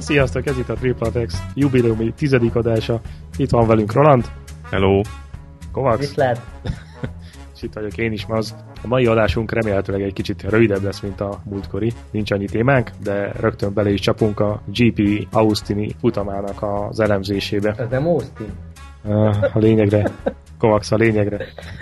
Sziasztok, ez itt a TripleX jubileumi 10. adása. Itt van velünk Roland. Hello. Kovacs. Viszlát. És itt vagyok én is, mert a mai adásunk remélhetőleg egy kicsit rövidebb lesz, mint a múltkori. Nincs annyi témánk, de rögtön bele is csapunk a GP Austini futamának az elemzésébe. Ez nem Austin? A lényegre. Kovacs, a lényegre.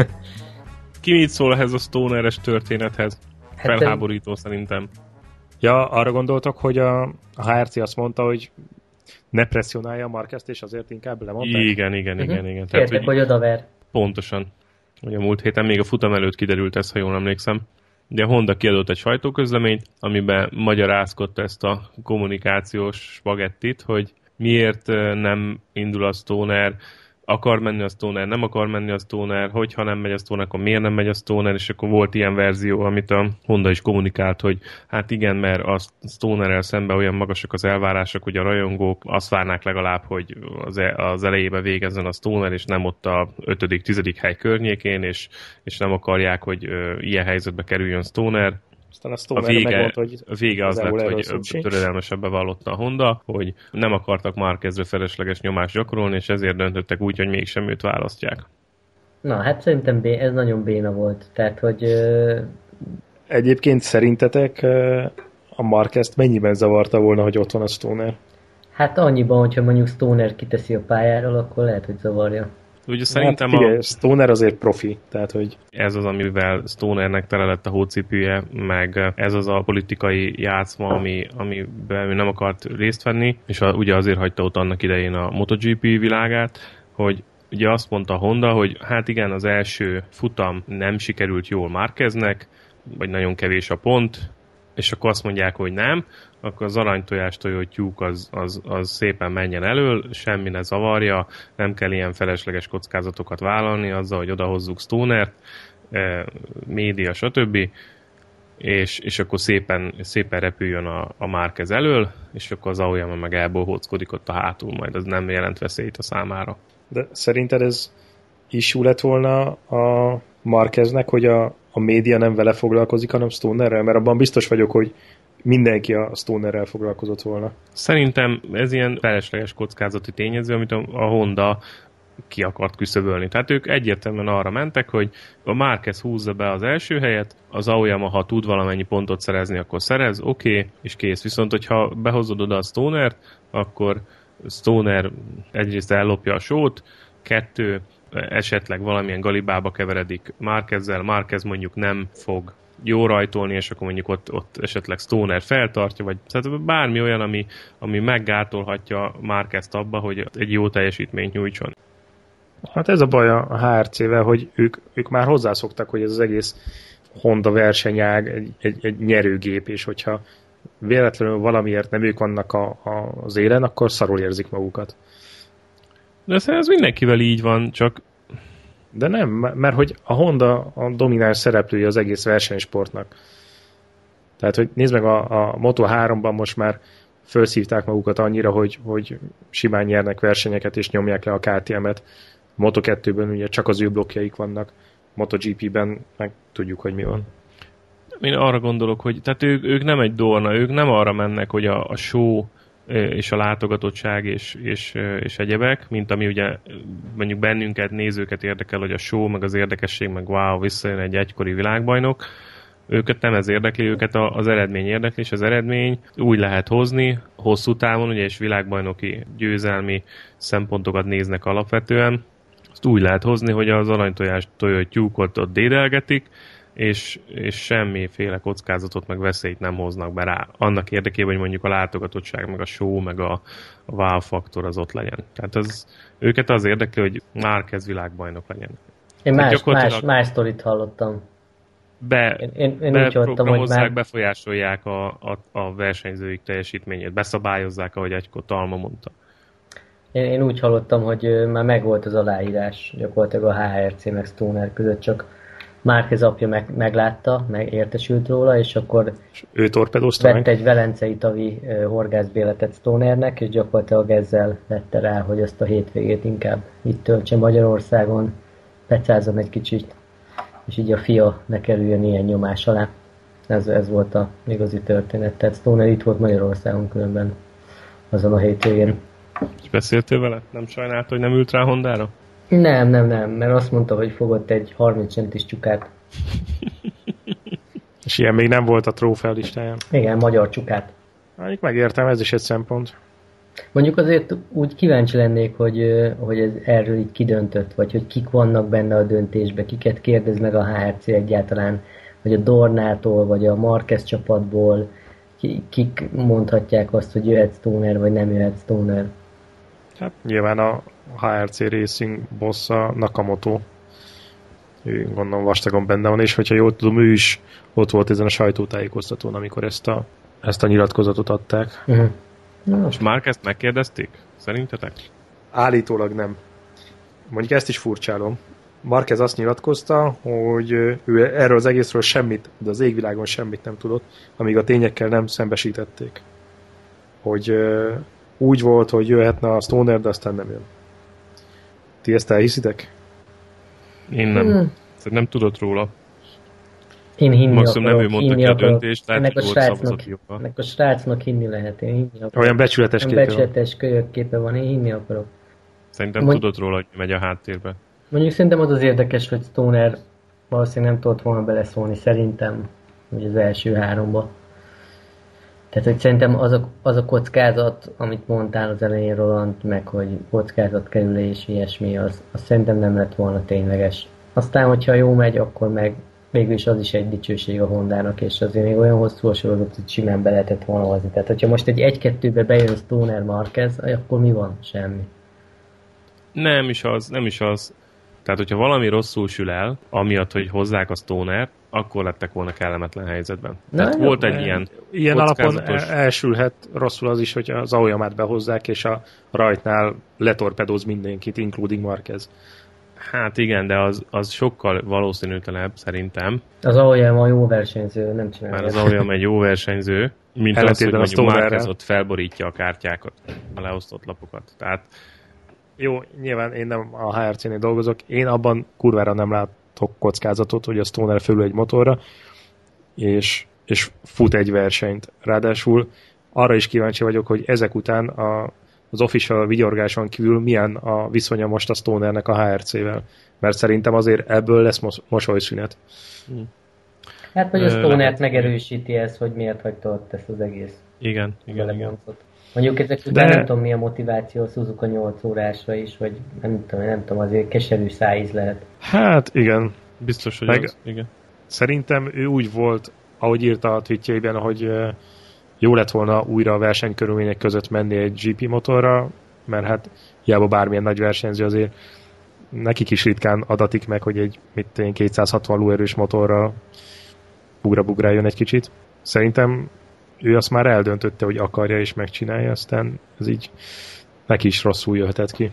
Ki mit szól ehhez a Stoner-es történethez? Felháborító szerintem. Ja, arra gondoltok, hogy a HRC azt mondta, hogy ne presszionálja a Marquezt, és azért inkább lemondták? Igen. Kértek, hogy odaver. Pontosan. Ugye a múlt héten még a futam előtt kiderült ez, ha jól emlékszem. Ugye a Honda kiadott egy sajtóközleményt, amiben magyarázkodta ezt a kommunikációs spagettit, hogy miért nem indul a Stoner, akar menni a Stoner, nem akar menni a Stoner, hogyha nem megy a Stoner, akkor miért nem megy a Stoner, és akkor volt ilyen verzió, amit a Honda is kommunikált, hogy hát igen, mert a Stonerrel szemben olyan magasak az elvárások, hogy a rajongók azt várnák legalább, hogy az elejében végezzen a Stoner, és nem ott a 5.-10. hely környékén, és nem akarják, hogy ilyen helyzetbe kerüljön Stoner. A vége az lett, hogy töredelmesebben vallotta a Honda, hogy nem akartak Márquezre felesleges nyomást gyakorolni, és ezért döntöttek úgy, hogy mégsem őt választják. Na, hát szerintem ez nagyon béna volt. Tehát, hogy... Egyébként szerintetek a Márquezt mennyiben zavarta volna, hogy ott van a Stoner? Hát annyiban, hogyha mondjuk Stoner kiteszi a pályáról, akkor lehet, hogy zavarja. Ugye szerintem hát, Stoner azért profi, tehát hogy... Ez az, amivel Stonernek tele lett a hócipője, meg ez az a politikai játszma, amiben ő nem akart részt venni, és ugye azért hagyta ott annak idején a MotoGP világát, hogy ugye azt mondta a Honda, hogy hát igen, az első futam nem sikerült jól Márqueznek, vagy nagyon kevés a pont, és akkor azt mondják, hogy nem, akkor az aranytojás tojó tyúk az szépen menjen elől, semmi ne zavarja, nem kell ilyen felesleges kockázatokat vállalni azzal, hogy odahozzuk Stonert, média, stb. És akkor szépen repüljön a Márquez elől, és akkor az Aoyama meg elbohóckodik ott a hátul, majd az nem jelent veszélyt a számára. De szerinted ez issue lett volna a Márqueznek, hogy a média nem vele foglalkozik, hanem Stonerrel? Mert abban biztos vagyok, hogy mindenki a Stonerrel foglalkozott volna. Szerintem ez ilyen felesleges kockázati tényező, amit a Honda ki akart küszöbölni. Tehát ők egyértelműen arra mentek, hogy a Márquez húzza be az első helyet, az Aoyama, ha tud valamennyi pontot szerezni, akkor szerez, oké, és kész. Viszont, hogyha behozod oda a Stonert, akkor Stoner egyrészt ellopja a sót, 2, esetleg valamilyen galibába keveredik Márquezzel, Márquez mondjuk nem fog jó rajtolni, és akkor mondjuk ott esetleg Stoner feltartja, vagy tehát bármi olyan, ami meggátolhatja Márquezt abba, hogy egy jó teljesítményt nyújtson. Hát ez a baj a HRC-vel, hogy ők már hozzászoktak, hogy ez az egész Honda versenyág egy nyerőgép, és hogyha véletlenül valamiért nem ők vannak az élen, akkor szarul érzik magukat. De ez mindenkivel így van, csak... De nem, mert hogy a Honda a domináns szereplője az egész versenysportnak. Tehát, hogy nézd meg, a Moto3-ban most már felszívták magukat annyira, hogy simán nyernek versenyeket és nyomják le a KTM-et. Moto2-ben ugye csak az ő blokkjaik vannak. MotoGP-ben meg tudjuk, hogy mi van. Én arra gondolok, hogy tehát ők nem egy Dorna, ők nem arra mennek, hogy a show és a látogatottság és egyebek, mint ami ugye mondjuk bennünket, nézőket érdekel, hogy a show, meg az érdekesség, meg wow, visszajön egy egykori világbajnok. Őket nem ez érdekli, őket az eredmény érdekli, és az eredmény úgy lehet hozni hosszú távon, ugye, és világbajnoki győzelmi szempontokat néznek alapvetően. Azt úgy lehet hozni, hogy az aranytojás tojó tyúkot ott dédelgetik, és semmiféle kockázatot meg veszélyt nem hoznak be rá. Annak érdekében, hogy mondjuk a látogatottság, meg a show, meg a wow faktor az ott legyen. Tehát őket az érdekli, hogy Márquez világbajnok legyen. Én más sztorit hallottam. Én úgy hallottam, hogy már... befolyásolják a versenyzőik teljesítményét, beszabályozzák, ahogy egykor Talma mondta. Én úgy hallottam, hogy már megvolt az aláírás gyakorlatilag a HRC meg Stoner között, csak Márquez apja meglátta, értesült róla, és akkor ő torpedózta vett egy velencei tavi horgászbéletet Stonernek, és gyakorlatilag ezzel vette rá, hogy azt a hétvégét inkább itt töltse Magyarországon, pecázzon egy kicsit, és így a fia ne kerüljön ilyen nyomás alá. Ez volt a igazi történet. Tehát Stoner itt volt Magyarországon különben. azon a hétvégén. És beszéltél vele? Nem sajnálta, hogy nem ült rá Hondára? Nem, mert azt mondta, hogy fogott egy 30 centis csukát. És ilyen még nem volt a trófea listáján. Igen, magyar csukát. Mondjuk megértem, ez is egy szempont. Mondjuk azért úgy kíváncsi lennék, hogy ez erről így kidöntött, vagy hogy kik vannak benne a döntésbe, kiket kérdez meg a HRC egyáltalán, vagy a Dornától, vagy a Marquez csapatból, kik mondhatják azt, hogy jöhet Stoner, vagy nem jöhet Stoner. Hát nyilván a HRC Racing bossa Nakamoto. Ő gondolom vastagon benne van, és hogyha jól tudom, ő is ott volt ezen a sajtótájékoztatón, amikor ezt a nyilatkozatot adták. Uh-huh. És Márquezt megkérdezték? Szerintetek? Állítólag nem. Mondjuk ezt is furcsálom. Márquez azt nyilatkozta, hogy ő erről az egészről semmit, de az égvilágon semmit nem tudott, amíg a tényekkel nem szembesítették. Hogy úgy volt, hogy jöhetne a Stoner, de aztán nem jön. Ti ezt elhiszitek? Én nem. Nem tudott róla. Én hinni Maximum akarok. nem ő mondta ki a döntést, lehet, hogy volt szavazati joga. Ennek a srácnak hinni lehet, én hinni akarok. Olyan becsületes képe van. Becsületes kölyök képe van, én hinni akarok. Szerintem tudott róla, hogy megy a háttérbe. Mondjuk szerintem az érdekes, hogy Stoner valószínűleg nem tudott volna beleszólni, szerintem, hogy az első háromba. Tehát, hogy szerintem az a kockázat, amit mondtál az elején, Roland, meg hogy kockázatkerülés, ilyesmi, az szerintem nem lett volna tényleges. Aztán, hogyha jó megy, akkor meg végül is az is egy dicsőség a Hondának, és azért még olyan hosszú a sorozat, hogy simán be lehetett volna hozni. Tehát, hogyha most egy 1-2-be bejön Stoner Marquez, akkor mi van? Semmi. Nem is az. Tehát, hogyha valami rosszul sül el, amiatt, hogy hozzák a Stoner, akkor lettek volna kellemetlen helyzetben. Tehát volt egy ilyen alapon elsülhet rosszul az is, hogy az Aoyamát behozzák, és a rajtnál letorpedóz mindenkit, including Marquez. Hát igen, de az sokkal valószínűtlenebb szerintem. Az Aoyama jó versenyző, nem csinálja. Mert az Aoyama egy jó versenyző, mint az, hogy mondjuk Marquez ott felborítja a kártyákat, a leosztott lapokat. Tehát jó, nyilván én nem a HRC-nél dolgozok, én abban kurvára nem látok kockázatot, hogy a Stoner fölül egy motorra, és fut egy versenyt. Ráadásul arra is kíváncsi vagyok, hogy ezek után az official vigyorgáson kívül milyen a viszonya most a Stonernek a HRC-vel. Mert szerintem azért ebből lesz mosolyszünet. Hát, hogy a Stonert megerősíti ez, hogy miért hagyta ott ezt az egész. Igen. Mondjuk ezek után nem tudom, mi a motiváció a Suzuka 8 órásra is, vagy nem tudom, azért keserű szájíz lehet. Hát igen. Biztos, hogy az. Igen. Szerintem ő úgy volt, ahogy írta a tweetjeiben, hogy jó lett volna újra a versenykörülmények között menni egy GP motorra, mert hát hiába bármilyen nagy versenyző azért nekik is ritkán adatik meg, hogy egy 260 lóerős motorra bugra-bugráljon egy kicsit. Szerintem ő azt már eldöntötte, hogy akarja és megcsinálja, aztán ez így neki is rosszul jöhetett ki.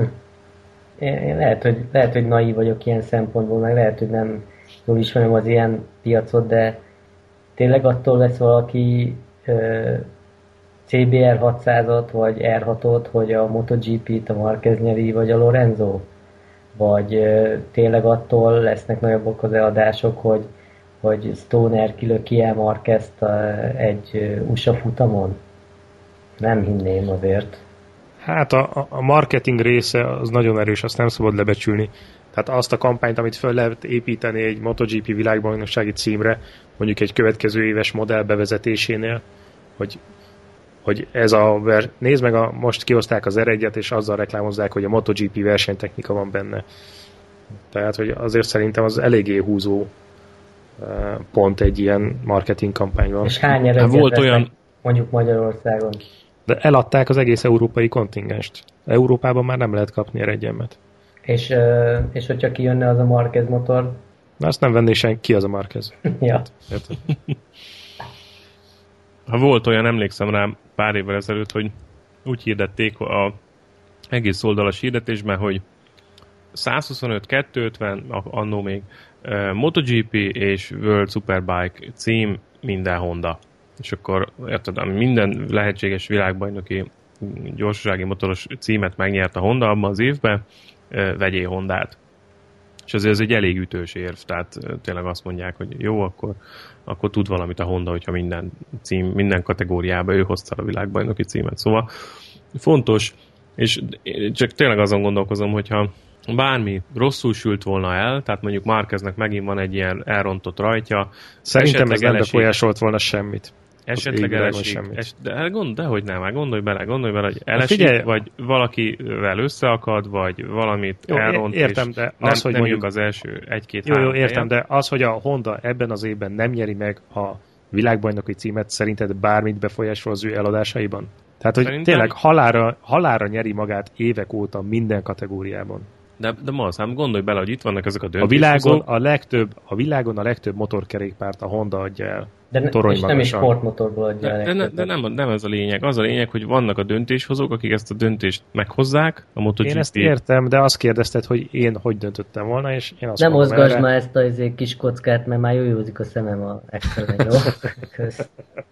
Én lehet, hogy naív vagyok ilyen szempontból, meg lehet, hogy nem jól ismerem az ilyen piacot, de tényleg attól lesz valaki CBR 600-ot, vagy R6-ot, hogy a MotoGP-t a Marquez nyeri, vagy a Lorenzo? Vagy tényleg attól lesznek nagyobbak az eladások, hogy Stoner kilöki el Marquezt egy USA futamon? Nem hinném azért. Hát a marketing része az nagyon erős, azt nem szabad lebecsülni. Tehát azt a kampányt, amit föl lehet építeni egy MotoGP világbajnoksági címre, mondjuk egy következő éves modell bevezetésénél, hogy ez nézd meg, most kihozták az R1-et, és azzal reklámozzák, hogy a MotoGP versenytechnika van benne. Tehát, hogy azért szerintem az eléggé húzó pont egy ilyen marketing kampányban. És hány R1-et volt olyan, mondjuk Magyarországon? De eladták az egész európai kontingenst. Európában már nem lehet kapni R1-et. És hogyha kijönne az a Marquez motor? Na, azt nem venné senki, ki az a Marquez. Ja. Ha volt olyan, emlékszem rá pár évvel ezelőtt, hogy úgy hirdették a egész oldalas hirdetésben, hogy 125, 250, annó még MotoGP és World Superbike cím minden Honda. És akkor érted, minden lehetséges világbajnoki gyorsasági motoros címet megnyert a Honda abban az évben, vegyél Hondát. És azért ez egy elég ütős érv, tehát tényleg azt mondják, hogy jó, akkor tud valamit a Honda, hogyha minden kategóriában ő hozta a világbajnoki címet. Szóval fontos, és csak tényleg azon gondolkozom, hogyha bármi rosszul sült volna el, tehát mondjuk Márqueznek megint van egy ilyen elrontott rajtja. Szerintem ez nem befolyásolt volna semmit. Esetleg elesik. Dehogy nem, már gondolj bele, hogy elesik, vagy valakivel összeakad, vagy valamit elront, értem, és de az, hogy nem mondjuk az első 1-2-3 Jó, értem, de az, hogy a Honda ebben az évben nem nyeri meg a világbajnoki címet, szerinted bármit befolyásol az ő eladásaiban? Tehát, hogy szerintem... tényleg halára nyeri magát évek óta minden kategóriában. De hát gondolj bele, hogy itt vannak ezek a döntéshozók. A világon a legtöbb motorkerékpárt a Honda adja el. És nem is sportmotorból adja el. De nem ez a lényeg. Az a lényeg, hogy vannak a döntéshozók, akik ezt a döntést meghozzák, a MotoGP. Én ezt értem, de azt kérdezted, hogy én hogy döntöttem volna, és én azt nem mozgasd már ezt a kis kockát, mert már jójózik a szemem a extra jó. Kösz.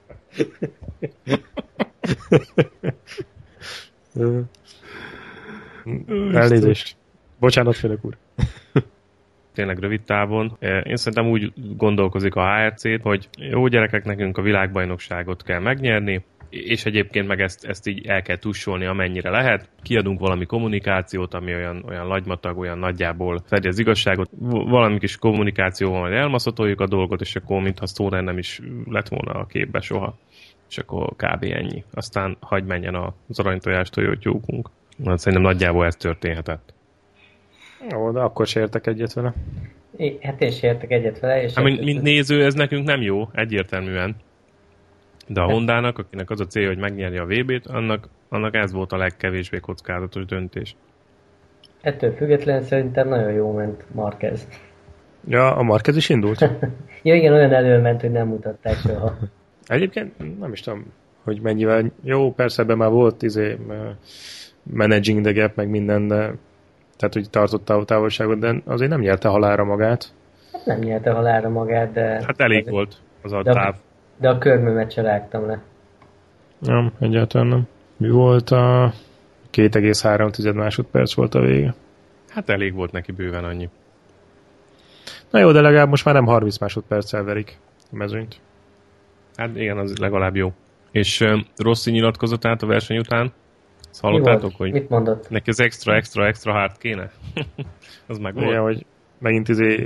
Elnézést. Bocsánat, főnök úr. Tényleg rövid távon. Én szerintem úgy gondolkozik a HRC, hogy jó gyerekek, nekünk a világbajnokságot kell megnyerni, és egyébként meg ezt így el kell tussolni, amennyire lehet. Kiadunk valami kommunikációt, ami olyan lagymatag, olyan nagyjából fedi az igazságot. Valami kis kommunikációval majd elmaszatoljuk a dolgot, és akkor mintha Stoner nem is lett volna a képbe soha. És akkor kb. Ennyi. Aztán hagy menjen az aranytojástól jó tyúkunk. Szerintem nagyjából ez történhetett. Jó, de akkor se értek egyet vele. Hát én se értek egyet vele. És mint néző ez nekünk nem jó, egyértelműen. De a Hondának, akinek az a célja, hogy megnyerje a VB-t, annak ez volt a legkevésbé kockázatos döntés. Ettől függetlenül szerintem nagyon jó ment Márquez. Ja, a Márquez is indult? Ja, igen, olyan előment, hogy nem mutatták soha. Egyébként nem is tudom, hogy mennyivel. Jó, persze ebben már volt managing the gap, meg minden, de tehát, hogy tartotta a távolságot, de azért nem nyerte halálra magát. Hát nem nyerte halálra magát, de... Hát elég volt az a táv. De a körmömet se rágtam le. Nem, egyáltalán nem. Mi volt a 2,3 másodperc volt a vége? Hát elég volt neki bőven annyi. Na jó, de legalább most már nem 30 másodperccel verik a mezőnyt. Hát igen, az legalább jó. És Rossi nyilatkozatát a verseny után, azt hallottátok, hogy mit mondott? Neki az extra hard kéne? Az meg volt. Igen, hogy megint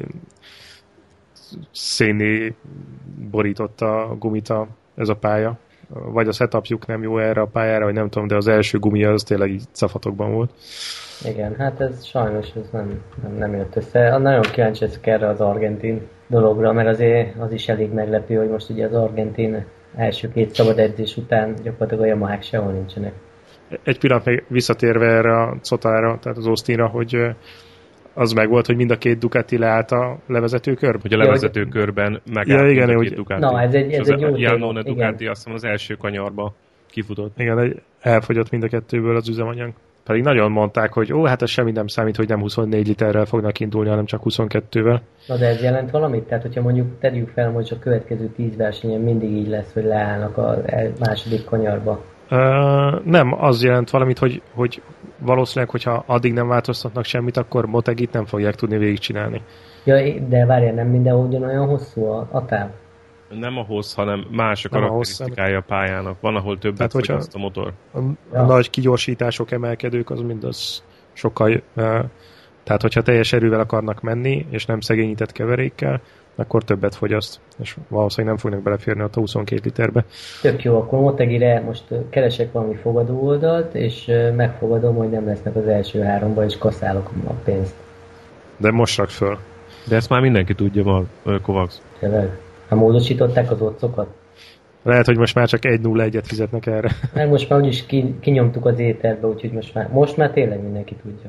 szénné borította a gumita ez a pálya. Vagy a setupjuk nem jó erre a pályára, vagy nem tudom, de az első gumia az tényleg így cafatokban volt. Igen, hát ez sajnos ez nem jött össze. Nagyon kíváncsi leszek erre az argentin dologra, mert azért az is elég meglepő, hogy most ugye az argentin első 2 szabad edzés után gyakorlatilag a Yamahák sehol nincsenek. Egy pillanat még visszatérve erre a Cotára, tehát az Austinra, hogy az meg volt, hogy mind a 2 Ducati leállt a levezetőkörben? Hogy a levezetőkörben megállt igen, mind a 2 Ducati. Na, ez egy jó Iannone Ducati azt hiszem az első kanyarba kifutott. Igen, elfogyott mind a 2-ből az üzemanyag. Pedig nagyon mondták, hogy hát ez semmi nem számít, hogy nem 24 literrel fognak indulni, hanem csak 22-vel. Na de ez jelent valamit? Tehát, hogyha mondjuk tegyük fel, hogy a következő 10 versenyen mindig így lesz, hogy leállnak a második kanyarba. Nem, az jelent valamit, hogy valószínűleg, hogyha addig nem változtatnak semmit, akkor Motegit nem fogják tudni végigcsinálni. Ja, de várjál, nem mindenhol ugyanolyan hosszú a táv? Nem a hossz, hanem más a karakterisztikája a pályának. Van, ahol többet fogyaszt a motor. A nagy kigyorsítások, emelkedők, az mindaz sokkal... Tehát, hogyha teljes erővel akarnak menni, és nem szegényített keverékkel, akkor többet fogyaszt, és valószínűleg nem fognak beleférni ott a 22 literbe. Tök jó, akkor Motegire most keresek valami fogadó oldalt, és megfogadom, hogy nem lesznek az első 3-ba, és kaszálok a pénzt. De most rak föl. De ezt már mindenki tudja, Kovacs. Tényleg? Ha módosították az otcokat? Lehet, hogy most már csak 1-0-1-et fizetnek erre. Meg most már úgyis kinyomtuk az éterbe, úgyhogy most már tényleg mindenki tudja.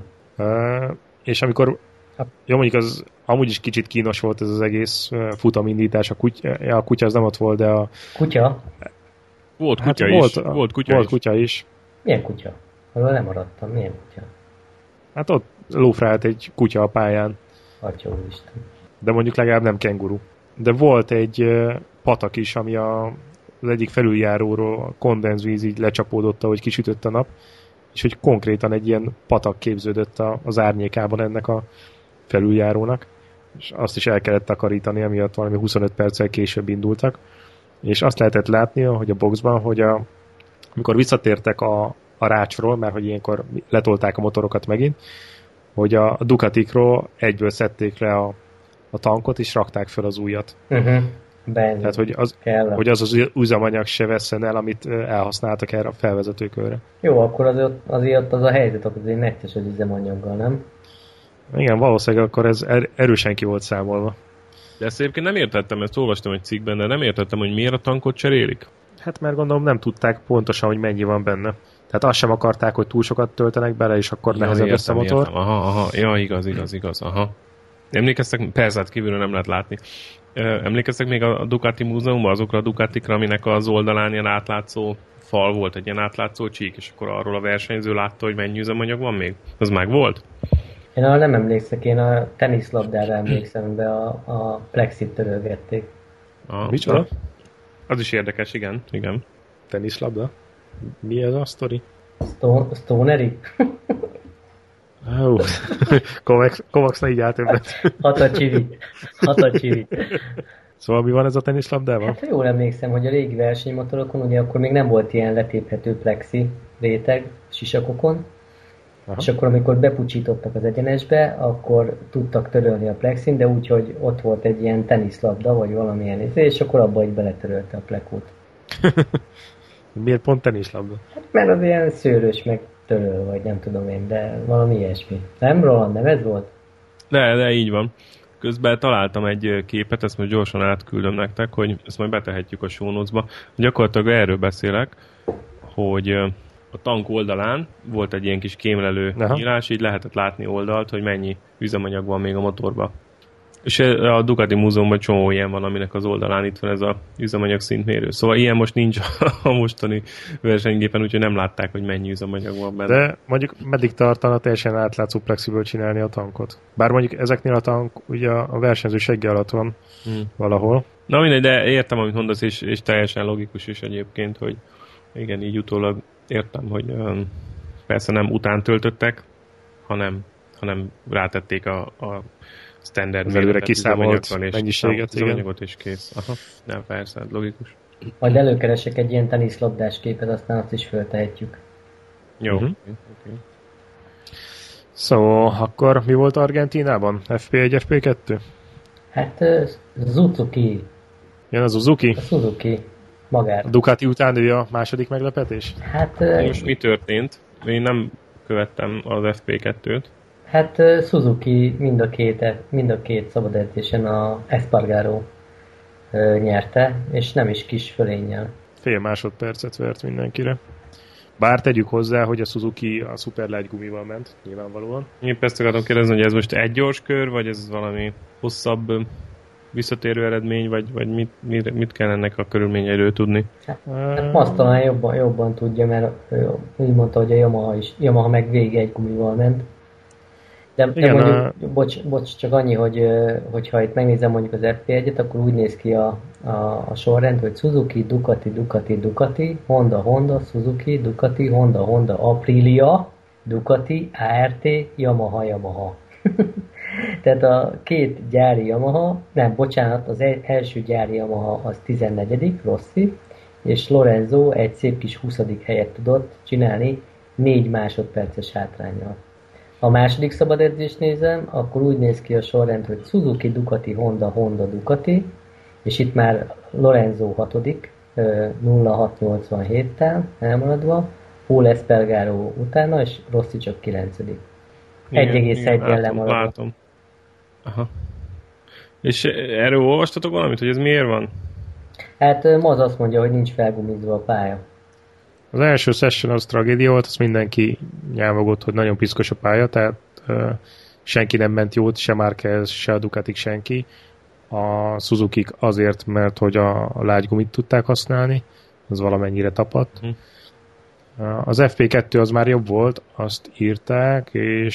És amikor jó, mondjuk az amúgy is kicsit kínos volt ez az egész futamindítás. A kutya az nem ott volt, de a... Kutya? Volt kutya is. Volt kutya is. Milyen kutya? Arról nem maradtam. Milyen kutya? Hát ott lófrált egy kutya a pályán. Atya úristen. De mondjuk legalább nem kenguru. De volt egy patak is, ami az egyik felüljáróról a kondenzvíz így lecsapódott, ahogy kisütött a nap, és hogy konkrétan egy ilyen patak képződött az árnyékában ennek a felüljárónak, és azt is el kellett takarítani, amiatt valami 25 perccel később indultak, és azt lehetett látni, hogy a boxban, hogy amikor visszatértek a rácsról, mert hogy ilyenkor letolták a motorokat megint, hogy a Ducatikról egyből szedték le a tankot, és rakták fel az újat. Tehát, hogy az üzemanyag se vesszen el, amit elhasználtak erre a felvezetőkörre. Jó, akkor azért az a helyzet, akkor azért necces az üzemanyaggal, nem? Igen, valószínűleg akkor ez erősen ki volt számolva. De ezt egyébként nem értettem, ezt olvastam egy cikkben, de nem értettem, hogy miért a tankot cserélik. Hát mert gondolom nem tudták pontosan, hogy mennyi van benne. Tehát azt sem akarták, hogy túl sokat töltenek bele, és akkor nehezebb lesz a motor. Értem. Aha. Ja, igaz. Aha. Emlékeztek? Persze, hát kívülről nem lehet látni. Emlékeztek még a Ducati múzeumban azokra a Ducatikra, aminek az oldalán ilyen átlátszó fal volt, egy ilyen átlátszó csík, és akkor arról a versenyző látta, hogy mennyi üzemanyag van még? Az meg volt? Én arra nem emlékszek, én a teniszlabdára emlékszem, amiben a plexit törölgették. Micsoda? Az is érdekes, igen. Teniszlabda? Mi ez a sztori? Stoneri? Kovacs-na így áll többet. Hatacsivi. Szóval mi van ez a teniszlabdával? Hát jól emlékszem, hogy a régi versenymotorokon, ugye akkor még nem volt ilyen letéphető plexi réteg sisakokon, aha. És akkor amikor bepucsítottak az egyenesbe, akkor tudtak törölni a plexin, de úgy, hogy ott volt egy ilyen teniszlabda, vagy valamilyen és akkor abba így beletörölte a plekót. Miért pont teniszlabda? Hát mert az ilyen szőrös, meg töröl, vagy nem tudom én, de valami ilyesmi. Nem, Roland, nem ez volt? De így van. Közben találtam egy képet, ezt most gyorsan átküldöm nektek, hogy ezt majd betehetjük a show notes-ba. Gyakorlatilag erről beszélek, hogy a tank oldalán volt egy ilyen kis kémlelő nyílás, így lehetett látni oldalt, hogy mennyi üzemanyag van még a motorba. És a Ducati múzeumban csomó ilyen van, aminek az oldalán itt van ez a üzemanyag szintmérő. Szóval ilyen most nincs a mostani versenygépen, úgyhogy nem látták, hogy mennyi üzemanyag van benne. De mondjuk meddig tartana teljesen átlátszó plexiből csinálni a tankot? Bár mondjuk ezeknél a tank ugye a versenyző segge alatt van valahol. Na mindegy, de értem, amit mondasz, és teljesen logikus is egyébként, hogy igen, így utólag értem, hogy persze nem után töltöttek, hanem rátették a standard előre kiszámolt mennyiséget, üzemanyagot és kész. Aha, nem, persze, logikus. Majd előkeresek egy ilyen teniszlabdás képet, aztán azt is föltehetjük. Jó. Okay. Szóval, akkor mi volt Argentínában? FP1, FP2? Hát Suzuki. Jön a Suzuki? A Suzuki. Magára. A Ducati után ő a második meglepetés? Hát... Most mi történt? Én nem követtem az FP2-t. Hát Suzuki mind a két szabad edzésen a Espargaro nyerte, és nem is kis fölénnyel. Fél másodpercet vert mindenkire. Bár tegyük hozzá, hogy a Suzuki a Superlight gumival ment, nyilvánvalóan. Én persze akartam kérdezni, hogy ez most egy gyors kör, vagy ez valami hosszabb visszatérő eredmény, vagy mit kell ennek a körülményeiről tudni? Hát Maz talán jobban tudja, mert úgy mondta, hogy a Yamaha meg végig egy gumival ment. De mondjuk, bocs, csak annyi, hogy ha itt megnézem mondjuk az FP1-et, akkor úgy néz ki a sorrend, hogy Suzuki, Ducati, Honda, Suzuki, Ducati, Honda, Aprilia, Ducati, ART, Yamaha. Tehát a két gyári Yamaha, az első gyári Yamaha az 14. Rossi, és Lorenzo egy szép kis 20. helyet tudott csinálni 4 másodperces hátránnyal. Ha a második szabad edzést nézem, akkor úgy néz ki a sorrend, hogy Suzuki, Ducati, Honda, Ducati, és itt már Lorenzo 6. 0687-tel elmaradva, Paul Espargaro utána, és Rossi csak 9. 1,1-jel lemaradva. Látom. Aha. És erről olvastatok valamit, hogy ez miért van? Hát Maz azt mondja, hogy nincs felgumizva a pálya. Az első session az tragédia volt, azt mindenki nyávogott, hogy nagyon piszkos a pálya, tehát senki nem ment jót, se Márquez, se a Ducatik, senki. A Suzukik azért, mert hogy a lágygumit tudták használni, az valamennyire tapadt. Az FP2 az már jobb volt, azt írták,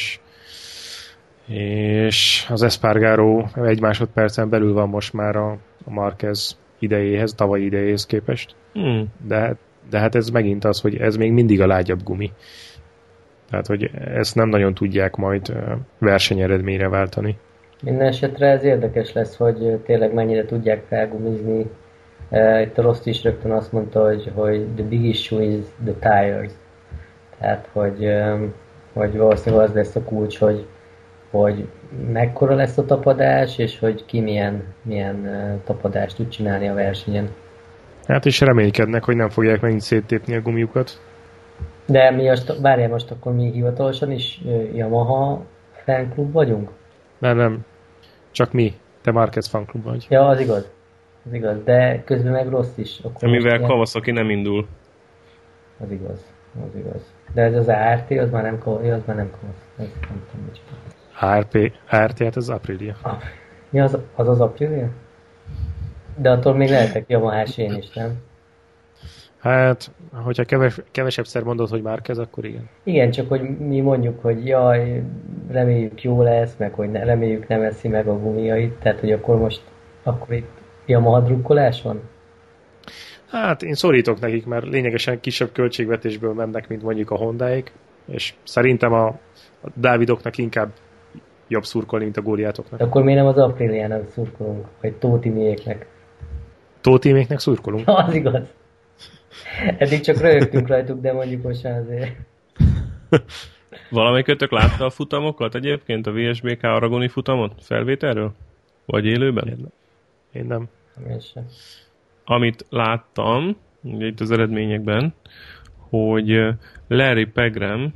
és az Espargaro 1 másodpercen belül van most már a Márquez idejéhez, tavalyi idejéhez képest. De hát ez megint az, hogy ez még mindig a lágyabb gumi. Tehát, hogy ezt nem nagyon tudják majd versenyeredményre váltani. Minden esetre ez érdekes lesz, hogy tényleg mennyire tudják felgumizni. Itt a Rost is rögtön azt mondta, hogy the big issue is the tires. Tehát, hogy valószínűleg az lesz a kulcs, hogy mekkora lesz a tapadás, és hogy ki milyen tapadást tud csinálni a versenyen. Hát és reménykednek, hogy nem fogják megint széttépni a gumiukat. De várjál, most akkor mi hivatalosan is Yamaha fanklub vagyunk? Nem. Csak mi. Te Márquez fanklub vagy. Ja, az igaz. Az igaz, de közben meg rossz is. Akkor amivel Kawasaki nem indul. Az igaz. De ez az ART, az már nem Kawasaki. Az nem tudom, mit ART, hát az Aprilia. Mi az Aprilia? De attól még lehetek Yamahás én is, nem? Hát, hogyha kevesebbszer mondod, hogy Márquez, akkor igen. Igen, csak hogy mi mondjuk, hogy jaj, reméljük jó lesz, meg hogy reméljük nem eszi meg a gumiait, tehát hogy akkor itt Yamaha drukkolás van? Hát én szorítok nekik, mert lényegesen kisebb költségvetésből mennek, mint mondjuk a Hondáik, és szerintem a Dávidoknak inkább jobb szurkolni, mint a Góliátoknak. De akkor miért nem az Apriliának szurkolunk, vagy Tótimiéknek? Tótiméknek szurkolunk? Az igaz. Eddig csak röhögtünk rajtuk, de mondjuk most azért. Valamelyikötök látta a futamokat egyébként, a VSBK Aragoni futamot felvételről? Vagy élőben? Én nem. Amit láttam, itt az eredményekben, hogy Larry Pegram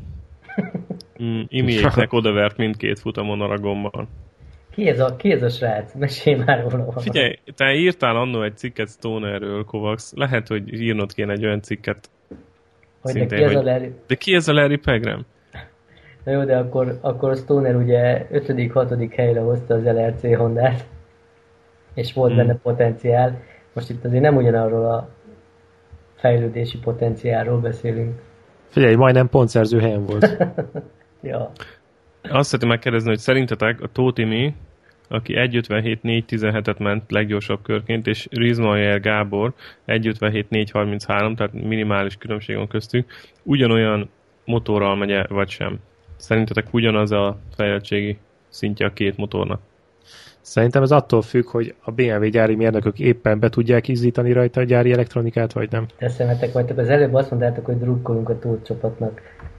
Imiéknek odavert mindkét futamon Aragonban. Ki ez a srác? Mesélj már róla. Figyelj, te írtál annó egy cikket Stonerről, Kovacs. Lehet, hogy írnod kéne egy olyan cikket. Szintén, de ki ez a Larry? De ki ez a Larry Pegram? Na jó, de akkor a Stoner ugye 5.-6. helyre hozta az LRC Hondát, és volt benne potenciál. Most itt azért nem ugyanarról a fejlődési potenciálról beszélünk. Figyelj, majdnem pontszerző helyen volt. Ja. Azt szeretném megkérdezni, hogy szerintetek a Tótimi, aki 1.57.417-et ment leggyorsabb körként, és Rizmayer Gábor 1.57.433, tehát minimális különbség van köztük, ugyanolyan motorral megy vagy sem? Szerintetek ugyanaz a fejlettségi szintje a két motornak? Szerintem ez attól függ, hogy a BMW gyári mérnökök éppen be tudják izzítani rajta a gyári elektronikát, vagy nem. Te szemetek vagytok, az előbb azt mondtátok, hogy drukkolunk a Tóth csapatnak.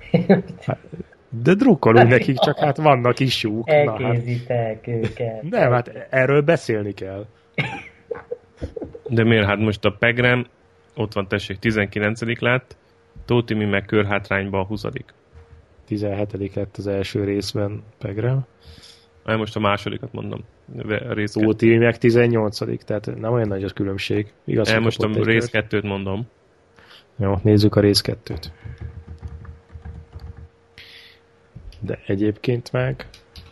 De drukkolunk nekik, csak hát vannak isúk. Elkézitek őket. Nem, hát erről beszélni kell. De miért? Hát most a Pegram, ott van tessék, 19. lett, Tótimi meg körhátrányban a 20. 17. lett az első részben Pegram. Most a másodikat mondom. Tótimi meg 18. Tehát nem olyan nagy a különbség. Igaz, most a rész 2-t mondom. Jó, nézzük a rész 2-t. De egyébként meg...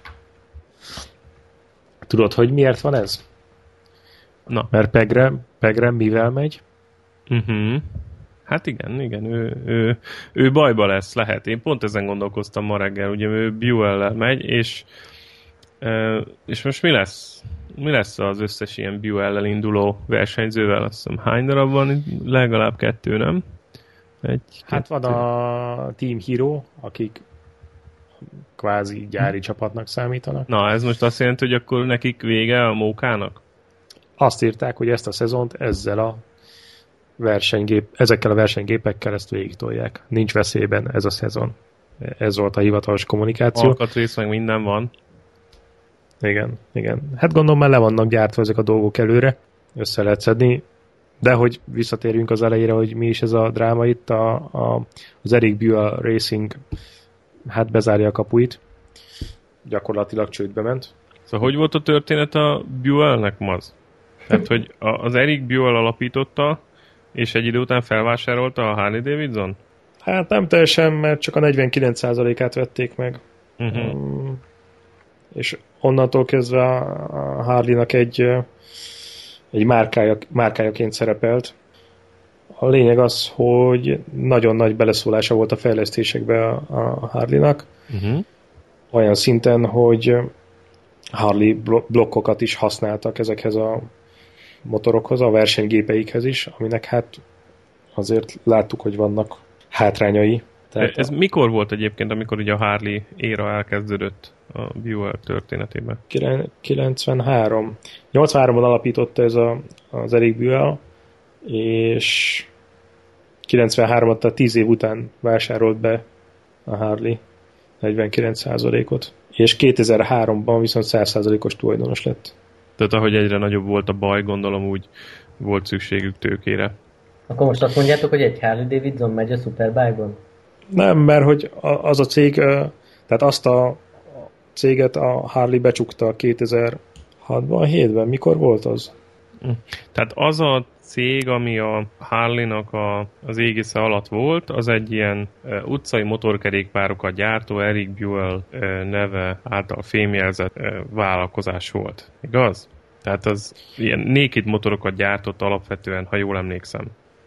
Tudod, hogy miért van ez? Na. Mert Pegram mivel megy? Hát igen, ő bajba lesz, lehet. Én pont ezen gondolkoztam ma reggel, ugye ő Buell-lel megy, és most mi lesz? Mi lesz az összes ilyen Buell-lel induló versenyzővel? Azt hiszem, hány darab van? Legalább 2, nem? Hát van a Team Hero, akik kvázi gyári csapatnak számítanak. Na, ez most azt jelenti, hogy akkor nekik vége a mókának? Azt írták, hogy ezt a szezont ezekkel a versenygépekkel ezt végigtolják. Nincs veszélyben ez a szezon. Ez volt a hivatalos kommunikáció. Alkatrész meg minden van. Igen. Hát gondolom már le vannak gyártva ezek a dolgok előre. Össze lehet szedni. De hogy visszatérjünk az elejére, hogy mi is ez a dráma itt, az Eric Buell Racing hát bezárja a kapuit. Gyakorlatilag csődbe ment. Szóval hogy volt a történet a Buellnek, Maz? Tehát, hogy az Eric Buell alapította, és egy idő után felvásárolta a Harley Davidson? Hát nem teljesen, mert csak a 49%-át vették meg. És onnantól kezdve a Harley-nak egy márkájaként szerepelt. A lényeg az, hogy nagyon nagy beleszólása volt a fejlesztésekbe a Harley-nak. Olyan szinten, hogy Harley blokkokat is használtak ezekhez a motorokhoz, a versenygépeikhez is, aminek hát azért láttuk, hogy vannak hátrányai. Tehát Ez mikor volt egyébként, amikor ugye a Harley éra elkezdődött a Buell történetében? 93. 83-ban alapította ez az Eric Buell, és 93-at, tehát 10 év után vásárolt be a Harley 49%-ot, és 2003-ban viszont 100%-os tulajdonos lett. Tehát ahogy egyre nagyobb volt a baj, gondolom úgy volt szükségük tőkére. Akkor most azt mondjátok, hogy egy Harley Davidson megy a Superbike-on? Nem, mert hogy az a cég, tehát azt a céget a Harley becsukta 2006-ban, 7-ben. Mikor volt az? Tehát az a cég, ami a Harley-nak az égisze alatt volt, az egy ilyen utcai motorkerékpárokat gyártó Eric Buell neve által fémjelzett vállalkozás volt. Igaz? Tehát az ilyen naked motorokat gyártott alapvetően, ha jól emlékszem.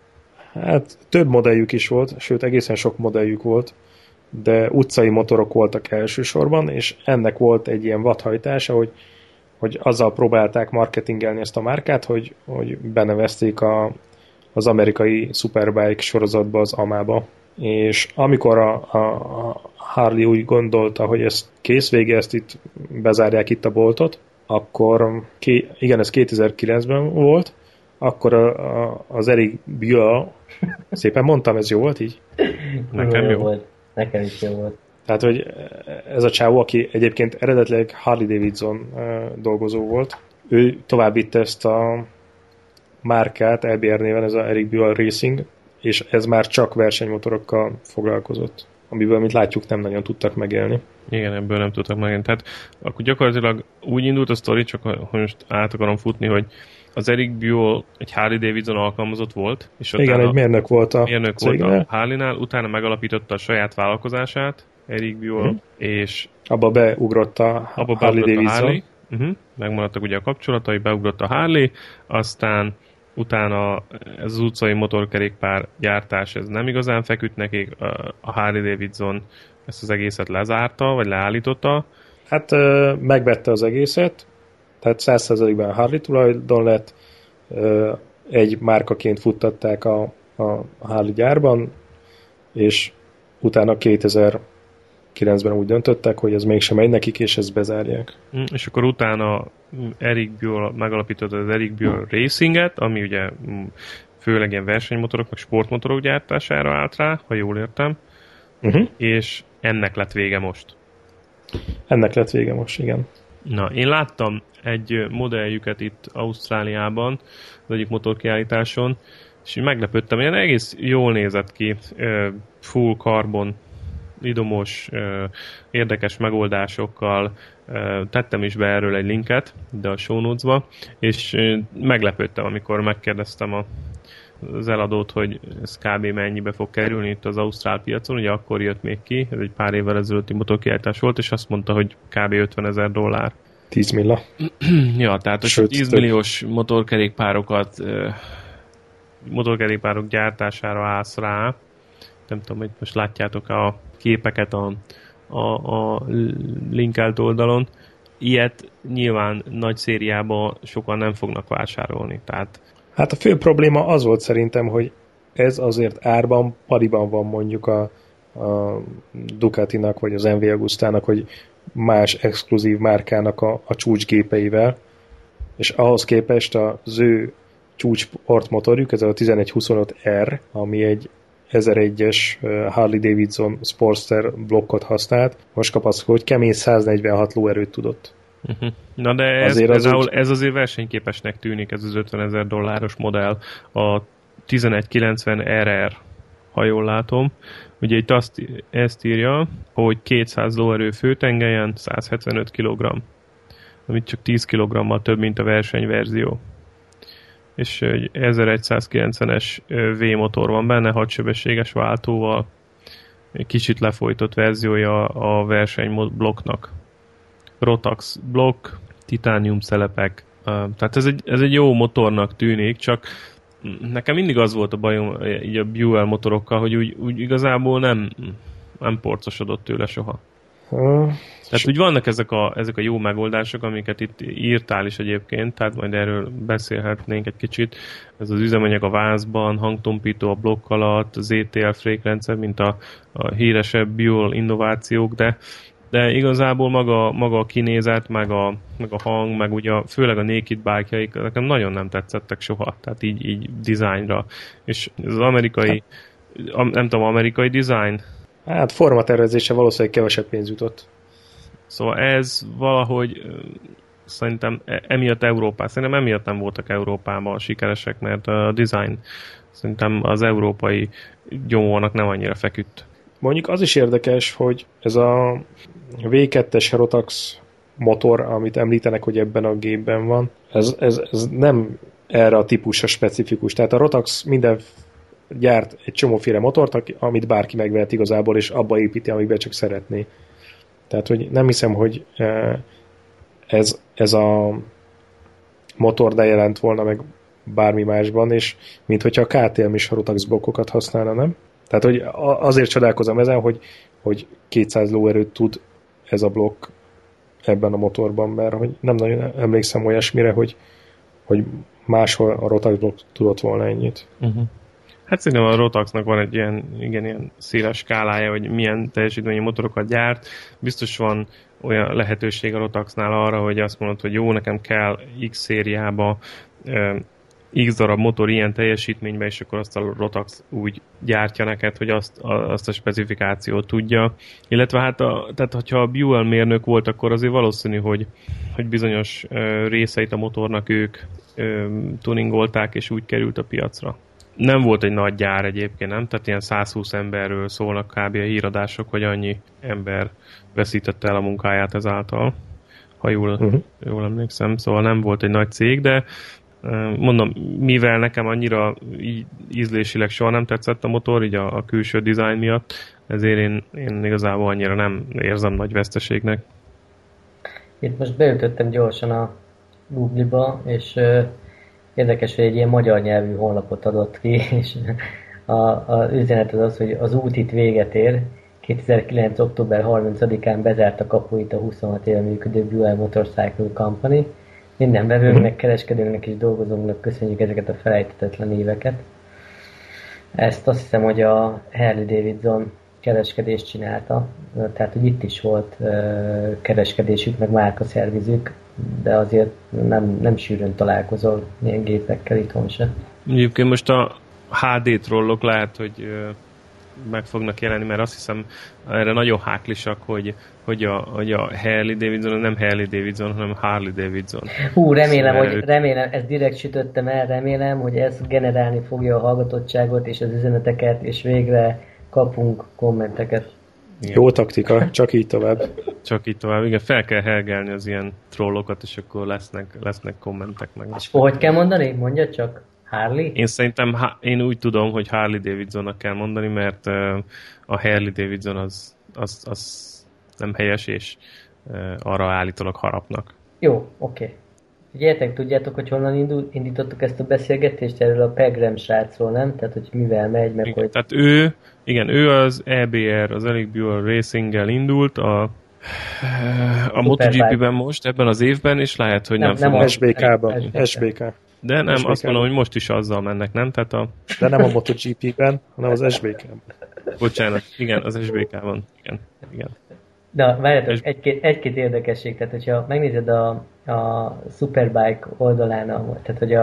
Hát több modelljük is volt, sőt egészen sok modelljük volt, de utcai motorok voltak elsősorban, és ennek volt egy ilyen vadhajtása, hogy azzal próbálták marketingelni ezt a márkát, hogy benevezték az amerikai Superbike sorozatba, az AMA-ba. És amikor a Harley úgy gondolta, hogy ez kész vége, ezt itt bezárják itt a boltot, akkor, igen, ez 2009-ben volt, akkor az Eric Buell, szépen mondtam, ez jó volt így? Nekem jó. Volt. Nekem is jó volt. Tehát, hogy ez a csávó, aki egyébként eredetileg Harley Davidson dolgozó volt, ő tovább vitte ezt a márkát, EBR néven, ez a Eric Buell Racing, és ez már csak versenymotorokkal foglalkozott, amiből, mint látjuk, nem nagyon tudtak megélni. Igen, ebből nem tudtak megélni. Tehát akkor gyakorlatilag úgy indult a sztori, csak hogy most át akarom futni, hogy az Eric Buell egy Harley Davidson alkalmazott volt, és igen, egy mérnök volt a cégnél. A Harley-nál, utána megalapította a saját vállalkozását, Eric Buell, és abba beugrott a Harley Davidson. Megmaradtak ugye a kapcsolatai, beugrott a Harley, aztán utána ez az utcai motorkerékpár gyártás, ez nem igazán feküdt nekik, a Harley Davidson ezt az egészet lezárta, vagy leállította. Hát megvette az egészet, tehát 100%-ban Harley tulajdon lett, egy márkaként futtatták a Harley gyárban, és utána 2009-ben úgy döntöttek, hogy ez mégsem megy nekik, és ezt bezárják. És akkor utána Eric Buell megalapította az Eric Buell Racinget, ami ugye főleg ilyen versenymotorok, meg sportmotorok gyártására állt rá, ha jól értem, és ennek lett vége most. Ennek lett vége most, igen. Na, én láttam egy modelljüket itt Ausztráliában, az egyik motorkiállításon, és meglepődtem, ilyen egész jól nézett ki, full carbon, idomos, érdekes megoldásokkal, tettem is be erről egy linket, de a show notes-ba, és meglepődtem, amikor megkérdeztem az eladót, hogy ez kb. Mennyibe fog kerülni itt az ausztrál piacon, ugye akkor jött még ki, ez egy pár évvel ezelőtti motorkiállítás volt, és azt mondta, hogy kb. $50,000. 10 milla. Ja, tehát hogy 10 milliós motorkerékpárok gyártására állsz rá. Nem tudom, hogy most látjátok a képeket a linkelt oldalon. Ilyet nyilván nagy szériában sokan nem fognak vásárolni. Tehát hát a fő probléma az volt szerintem, hogy ez azért árban, pariban van mondjuk a Ducatinak, vagy az MV Agustának, hogy más exkluzív márkának a csúcsgépeivel, és ahhoz képest az ő csúcs sportmotorjuk, ez a 1125R, ami egy 1001-es Harley Davidson Sportster blokkot használt, most kapaszkodó, hogy kemény 146 lóerőt tudott. Na de ez azért versenyképesnek tűnik, ez az $50,000 modell, a 1190 RR, ha jól látom. Ugye itt ezt írja, hogy 200 lóerő főtengelyen, 175 kg, amit csak 10 kg-mal több, mint a versenyverzió. És egy 1190-es V-motor van benne, 6 sebességes váltóval, egy kicsit lefolytott verziója a versenyblokknak. Rotax blokk, titánium szelepek, tehát ez egy jó motornak tűnik, csak nekem mindig az volt a bajom így a Buell motorokkal, hogy úgy igazából nem porcosodott tőle soha. Tehát úgy vannak ezek a jó megoldások, amiket itt írtál is egyébként, tehát majd erről beszélhetnénk egy kicsit. Ez az üzemanyag a vázban, hangtompító a blokk alatt, az ETL frékrendszer, mint a híresebb Buell innovációk, de igazából maga a kinézet, meg a hang, meg ugye főleg a naked bike-jaik nekem nagyon nem tetszettek soha, tehát így dizájnra. És ez az amerikai, nem tudom, amerikai design? Hát formatervezése valószínűleg kevesebb pénz jutott. Szóval ez valahogy szerintem emiatt nem voltak Európában sikeresek, mert a design szerintem az európai gyomónak nem annyira feküdt. Mondjuk az is érdekes, hogy ez a V2-es Rotax motor, amit említenek, hogy ebben a gépben van, ez nem erre a típusra specifikus. Tehát a Rotax minden gyárt egy csomóféle motort, amit bárki megvehet igazából, és abba építi, amikben csak szeretné. Tehát, hogy nem hiszem, hogy ez a motor ne jelent volna meg bármi másban, és mint hogyha a KTM is Rotax blokkokat használna, nem? Tehát, hogy azért csodálkozom ezen, hogy 200 lóerőt tud ez a blokk ebben a motorban, mert hogy nem nagyon emlékszem olyasmire, hogy máshol a Rotax blokk tudott volna ennyit. Uh-huh. Hát szerintem a Rotaxnak van egy ilyen széles skálája, hogy milyen teljesítményű motorokat gyárt. Biztos van olyan lehetőség a Rotaxnál arra, hogy azt mondod, hogy jó, nekem kell X szériába X darab motor ilyen teljesítménybe, és akkor azt a Rotax úgy gyártja neked, hogy azt a specifikációt tudja. Illetve hát, tehát hogyha a Buell mérnök volt, akkor azért valószínű, hogy bizonyos részeit a motornak ők tuningolták, és úgy került a piacra. Nem volt egy nagy gyár egyébként, nem? Tehát ilyen 120 emberről szólnak kb. A híradások, hogy annyi ember veszítette el a munkáját ezáltal, ha jól emlékszem. Szóval nem volt egy nagy cég, de mondom, mivel nekem annyira ízlésileg soha nem tetszett a motor, így a külső dizájn miatt, ezért én igazából annyira nem érzem nagy veszteségnek. Itt most beütöttem gyorsan a Google-ba, és érdekes, hogy egy ilyen magyar nyelvű honlapot adott ki, és az üzenet az, hogy az út itt véget ér. 2009. október 30-án bezárt a kapuit a 26 éve működő Buell Motorcycle Company. Minden vevőnknek, kereskedőnknek és dolgozónknak köszönjük ezeket a felejthetetlen éveket. Ezt azt hiszem, hogy a Harley Davidson kereskedést csinálta, tehát hogy itt is volt kereskedésük, meg márkaszervizük, de azért nem sűrűn találkozol ilyen gépekkel itthon se. Egyébként most a HD trollok lehet, hogy meg fognak jelenni, mert azt hiszem erre nagyon háklisak, hogy a Harley Davidson nem Harley Davidson, hanem Harley Davidson. Remélem, ezt direkt sütöttem el, remélem, hogy ez generálni fogja a hallgatottságot és az üzeneteket, és végre kapunk kommenteket. Igen. Jó taktika, csak így tovább. Csak így tovább, igen, fel kell hergelni az ilyen trollokat, és akkor lesznek kommentek meg. És hogy kell mondani? Mondja csak. Harley? Én úgy tudom, hogy Harley Davidsonnak kell mondani, mert a Harley Davidson az nem helyes, és arra állítólag harapnak. Jó, oké. Figyeljetek, tudjátok, hogy honnan indítottuk ezt a beszélgetést erről a Pegram srácról, nem? Tehát, hogy mivel megy, meg igen, hogy... Tehát ő az EBR, az Elite Buell Racing-gel indult, a MotoGP-ben most, ebben az évben, és lehet, hogy nem a SBK-ban. SBK. De nem, azt mondom, hogy most is azzal mennek, nem? Tehát De nem a MotoGP-ben, hanem az SBK-ben. Bocsánat, igen, az SBK-ban. Igen. Na, várjátok, egy-két érdekesség, tehát hogyha megnézed a Superbike oldalán, tehát hogy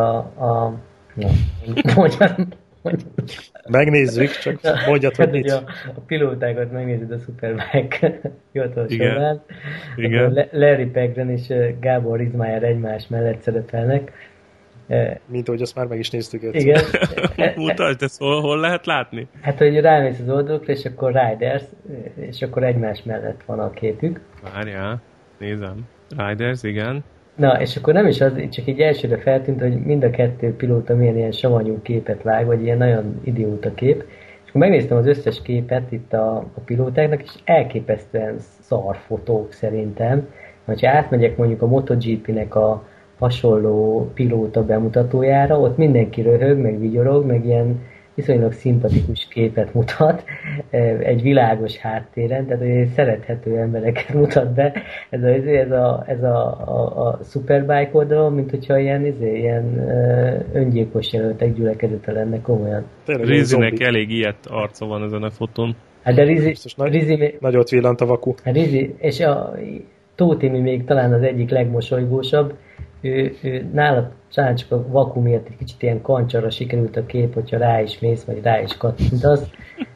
mondjam. Megnézzük, csak mondjad, hogy mit. A pilótákat megnézed a Superbike hivatalosan. Igen. Larry Peggren és Gábor Rizmájer egymás mellett szerepelnek. Mint ahogy azt már meg is néztük egyszer. Igen. Mutasd, ezt hol lehet látni? Hát, hogy rámész az oldalokra, és akkor Riders, és akkor egymás mellett van a képük. Várjál, nézem. Riders, igen. Na, és akkor nem is az, csak így elsőre feltűnt, hogy mind a kettő pilóta milyen ilyen savanyú képet vág, vagy ilyen nagyon idióta kép. És akkor megnéztem az összes képet itt a pilótáknak, és elképesztően szar fotók szerintem. Ha átmegyek mondjuk a MotoGP-nek a hasonló pilóta bemutatójára, ott mindenki röhög, meg vigyorog, meg ilyen viszonylag szimpatikus képet mutat, egy világos háttéren, tehát egy szerethető embereket mutat be. Ez a Superbike oldalon, mint hogyha ilyen öngyilkos jelöltek gyülekezete lenne komolyan. Rizzinek elég ilyet arca van ezen a fotón. Hát de Rizzi nagyot villant a vaku. Rizzi, és a Tótimi még talán az egyik legmosolygósabb, ő nála talán csak a vaku miatt egy kicsit ilyen kancsarra sikerült a kép, hogyha rá is mész, vagy rá is kattintasz.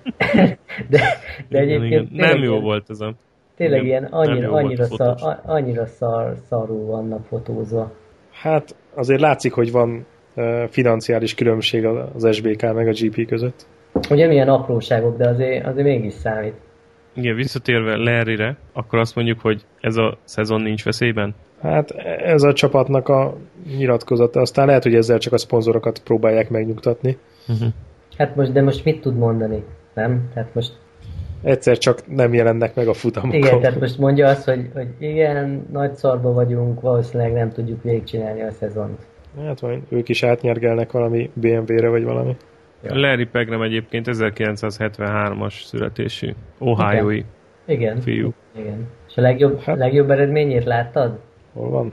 de egyébként nem jó volt ez a... Tényleg ilyen annyira szarul vannak fotózva. Hát azért látszik, hogy van financiális különbség az SBK meg a GP között. Ugye milyen apróságok, de azért mégis számít. Igen, visszatérve Larryre, akkor azt mondjuk, hogy ez a szezon nincs veszélyben? Hát ez a csapatnak a nyilatkozata. Aztán lehet, hogy ezzel csak a szponzorokat próbálják megnyugtatni. Hát most mit tud mondani? Nem? Tehát most... Egyszer csak nem jelennek meg a futamokon. Igen, tehát most mondja azt, hogy igen, nagy szarba vagyunk, valószínűleg nem tudjuk végigcsinálni a szezont. Hát majd ők is átnyergelnek valami BMW-re, vagy valami. Ja. Larry Pegram egyébként 1973-as születésű, Ohio-i fiú. Igen. És a legjobb eredményét láttad? Hol van?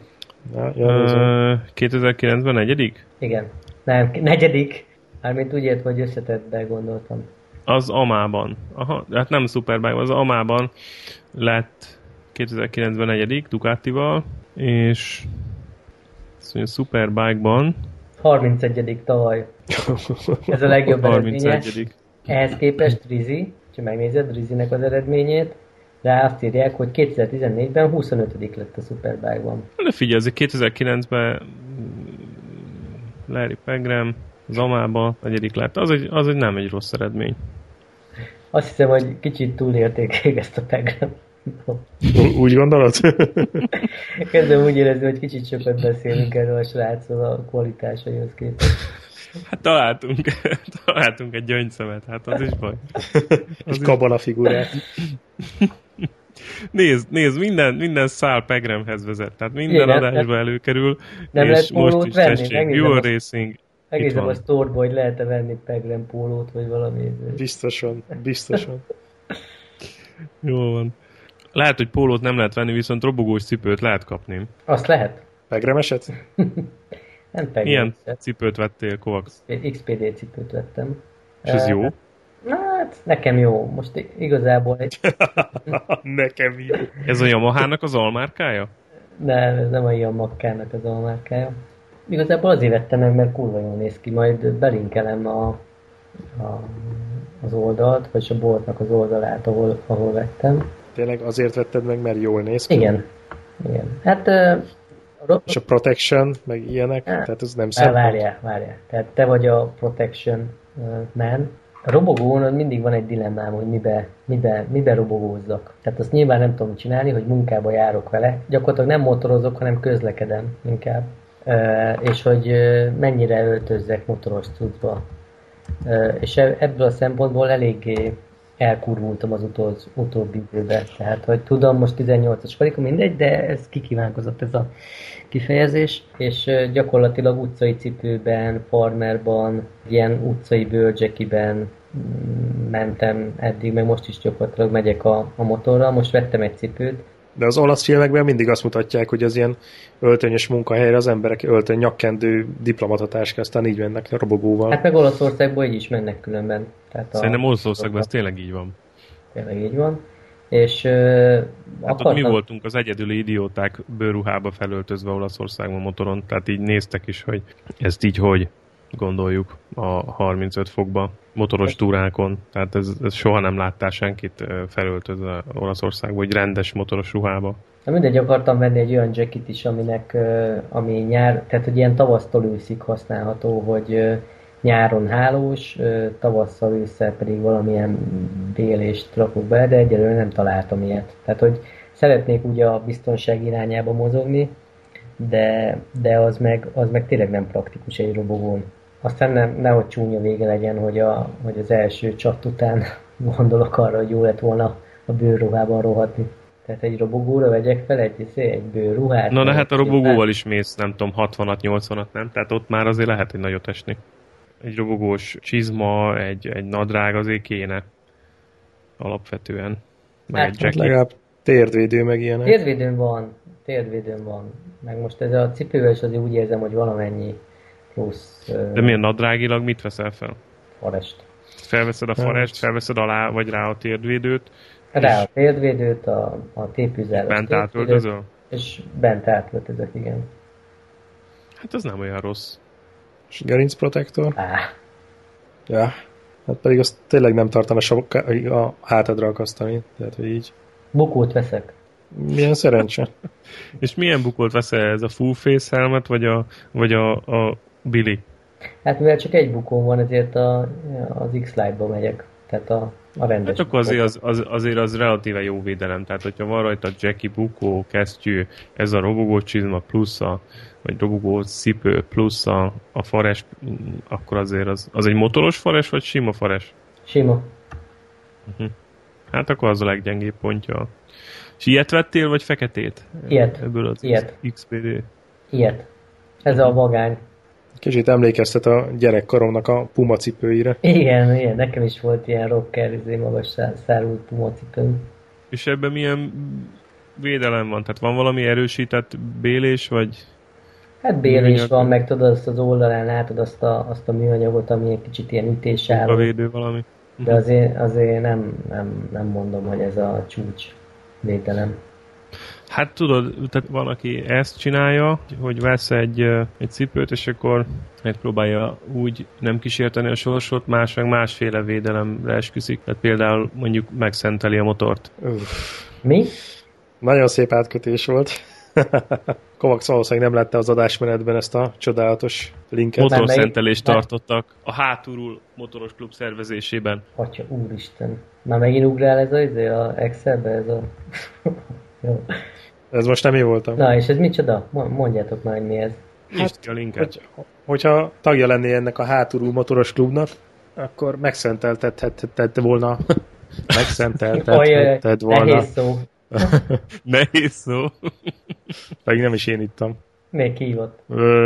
2009-ben negyedik? Igen. Nem, negyedik. Mármint úgy ért, hogy összetettbe gondoltam. Az Amában. Aha, hát nem Superbike, az Amában lett 2009-ben negyedik Ducatival, és Superbike-ban 31. tavaly. Ez a legjobb eredménye. 31. Ehhez képest Rizzi, ha megnézed Rizzinek az eredményét, rá azt írják, hogy 2014-ben 25. lett a Superbike-ban. De figyelj, azért 2009-ben Larry Pegram az Amában negyedik lett. Az egy nem egy rossz eredmény. Azt hiszem, hogy kicsit túlértékelik ezt a Pegram. Úgy gondolod? Kezdem úgy érezni, hogy kicsit sokat beszélünk erről a srácról a kvalitásaihoz képest. Hát találtunk egy gyöngyszemet, hát az is baj. Egy kabala figurát. Nézd, minden szál Pegramhez vezet, tehát minden adásba előkerül, nem és most is tessék, Pure Racing. Megnézem a store-ba, hogy lehet-e venni Pegram pólót, vagy valami. Biztosan. Jól van. Lehet, hogy pólót nem lehet venni, viszont robogós cipőt lehet kapni. Azt lehet. Pegrameset? Nem Pegram. Milyen cipőt vettél, Kovacs? XPD cipőt vettem. És ez jó? Hát, nekem jó. Most igazából egy... Nekem jó. Ez a Yamaha-nak az almárkája? Nem, ez nem a Yamaha-nak az almárkája. Igazából azért vettem meg, mert kurva jól néz ki. Majd belinkelem az oldalt, vagy a boltnak az oldalát, ahol vettem. Tényleg azért vetted meg, mert jól néz ki? Igen. Hát... és a protection, meg ilyenek, tehát ez nem szempont. Várjál. Tehát te vagy a protection man. A robogón mindig van egy dilemmám, hogy mibe robogózzak. Tehát azt nyilván nem tudom csinálni, hogy munkába járok vele. Gyakorlatilag nem motorozok, hanem közlekedem inkább. És hogy mennyire öltözzek motoros cuccba. És ebből a szempontból eléggé elkurvultam az utóbbi időben. Tehát, hogy tudom, most 18-as vagyok, mindegy, de ez kikívánkozott ez a kifejezés, és gyakorlatilag utcai cipőben, farmerban, ilyen utcai bőrcsekiben mentem eddig, meg most is gyakorlatilag megyek a motorral, most vettem egy cipőt. De az olasz filmekben mindig azt mutatják, hogy az ilyen öltönyös munkahelyre az emberek öltöny, nyakkendő, diplomatatáska, aztán így mennek a robogóval. Hát meg Olaszországból így is mennek különben. Tehát szerintem Olaszországban ez tényleg így van. Tényleg így van. És hát ott mi voltunk az egyedüli idióták bőrruhába felöltözve Olaszországban motoron, tehát így néztek is, hogy ezt így hogy gondoljuk a 35 fokba motoros túrákon, tehát ez soha nem láttál senkit felöltözve Olaszországban, hogy rendes motoros ruhába. Na mindegy, akartam venni egy olyan jacket is, ami nyár, tehát hogy ilyen tavasztól őszig használható, hogy nyáron hálós, tavasszal ősszel pedig valamilyen bélést rakok bele, de egyelőre nem találtam ilyet. Tehát, hogy szeretnék ugye a biztonság irányába mozogni, de az meg tényleg nem praktikus egy robogón. Aztán nehogy csúnya vége legyen, hogy az első csat után gondolok arra, hogy jó lett volna a bőrruhában rohadni. Tehát egy robogóra vegyek fel egy bőrruhát. Na de hát a robogóval is mész, nem tudom, 60-at, 80-at, nem? Tehát ott már azért lehet egy nagyot esni. egy robogós csizma, egy nadrág azért kéne alapvetően. Meg egy jacket. Legalább térdvédő meg ilyenek. Térdvédőm van. Meg most ez a cipővel is azért úgy érzem, hogy valamennyi plusz... De milyen nadrágilag mit veszel fel? Forest. Felveszed a forest, felveszed alá, vagy rá a térdvédőt? Rá a térdvédőt, a tépűzárás. Bent átöltözöl? És bent átöltözök, igen. Hát az nem olyan rossz. És gerincprotektor? Ja, hát pedig azt tényleg nem tartana a hátadra akasztani, tehát hogy így. Bukót veszek. Milyen szerencse. És milyen bukót veszel, ez a full face helmet, vagy a Billy? Hát mivel csak egy bukóm van, ezért az X-Lite-ba megyek. Tehát a rendes. Hát akkor azért az relatíve jó védelem. Tehát, hogyha van rajta Jackie bukó, kesztyű, ez a robogó csizma plusz vagy robogó cipő plusz a fares, akkor azért az egy motoros fares, vagy sima fares? Sima. Hát akkor az a leggyengébb pontja. És ilyet vettél, vagy feketét? Ilyet. Ebből az Ilyet. XPD. Ilyet. Ez a vagány. Kicsit emlékeztet a gyerekkoromnak a Puma cipőire. Igen, nekem is volt ilyen rocker, magas szárult Puma cipőm. És ebben milyen védelem van? Tehát van valami erősített bélés, vagy... Hát bélés van, meg tudod, azt az oldalán látod azt a műanyagot, ami egy kicsit ilyen ütésálló. A védő valami. De azért nem mondom, hogy ez a csúcs védelem. Hát tudod, tehát van, aki ezt csinálja, hogy vesz egy cipőt, és akkor megpróbálja úgy nem kísérteni a sorsot, meg másféle védelemre esküszik. Tehát például mondjuk megszenteli a motort. Mi? Nagyon szép átkötés volt. Kovacs valószínűleg nem látta az adásmenetben ezt a csodálatos linket. Motorszentelést tartottak a hátulról motoros klub szervezésében. Atya, úristen. Már megint ugrál ez a Excelbe, ez a... Jó. Ez most nem én voltam. Na, és ez micsoda? Mondjátok már, hogy mi ez. Hát, a linket. Hogyha tagja lenné ennek a hátulról motoros klubnak, akkor megszenteltethetted volna. Megszenteltethetted volna. Nehéz szó. Nehéz szó. Pedig nem is én ittam. Még kihívott.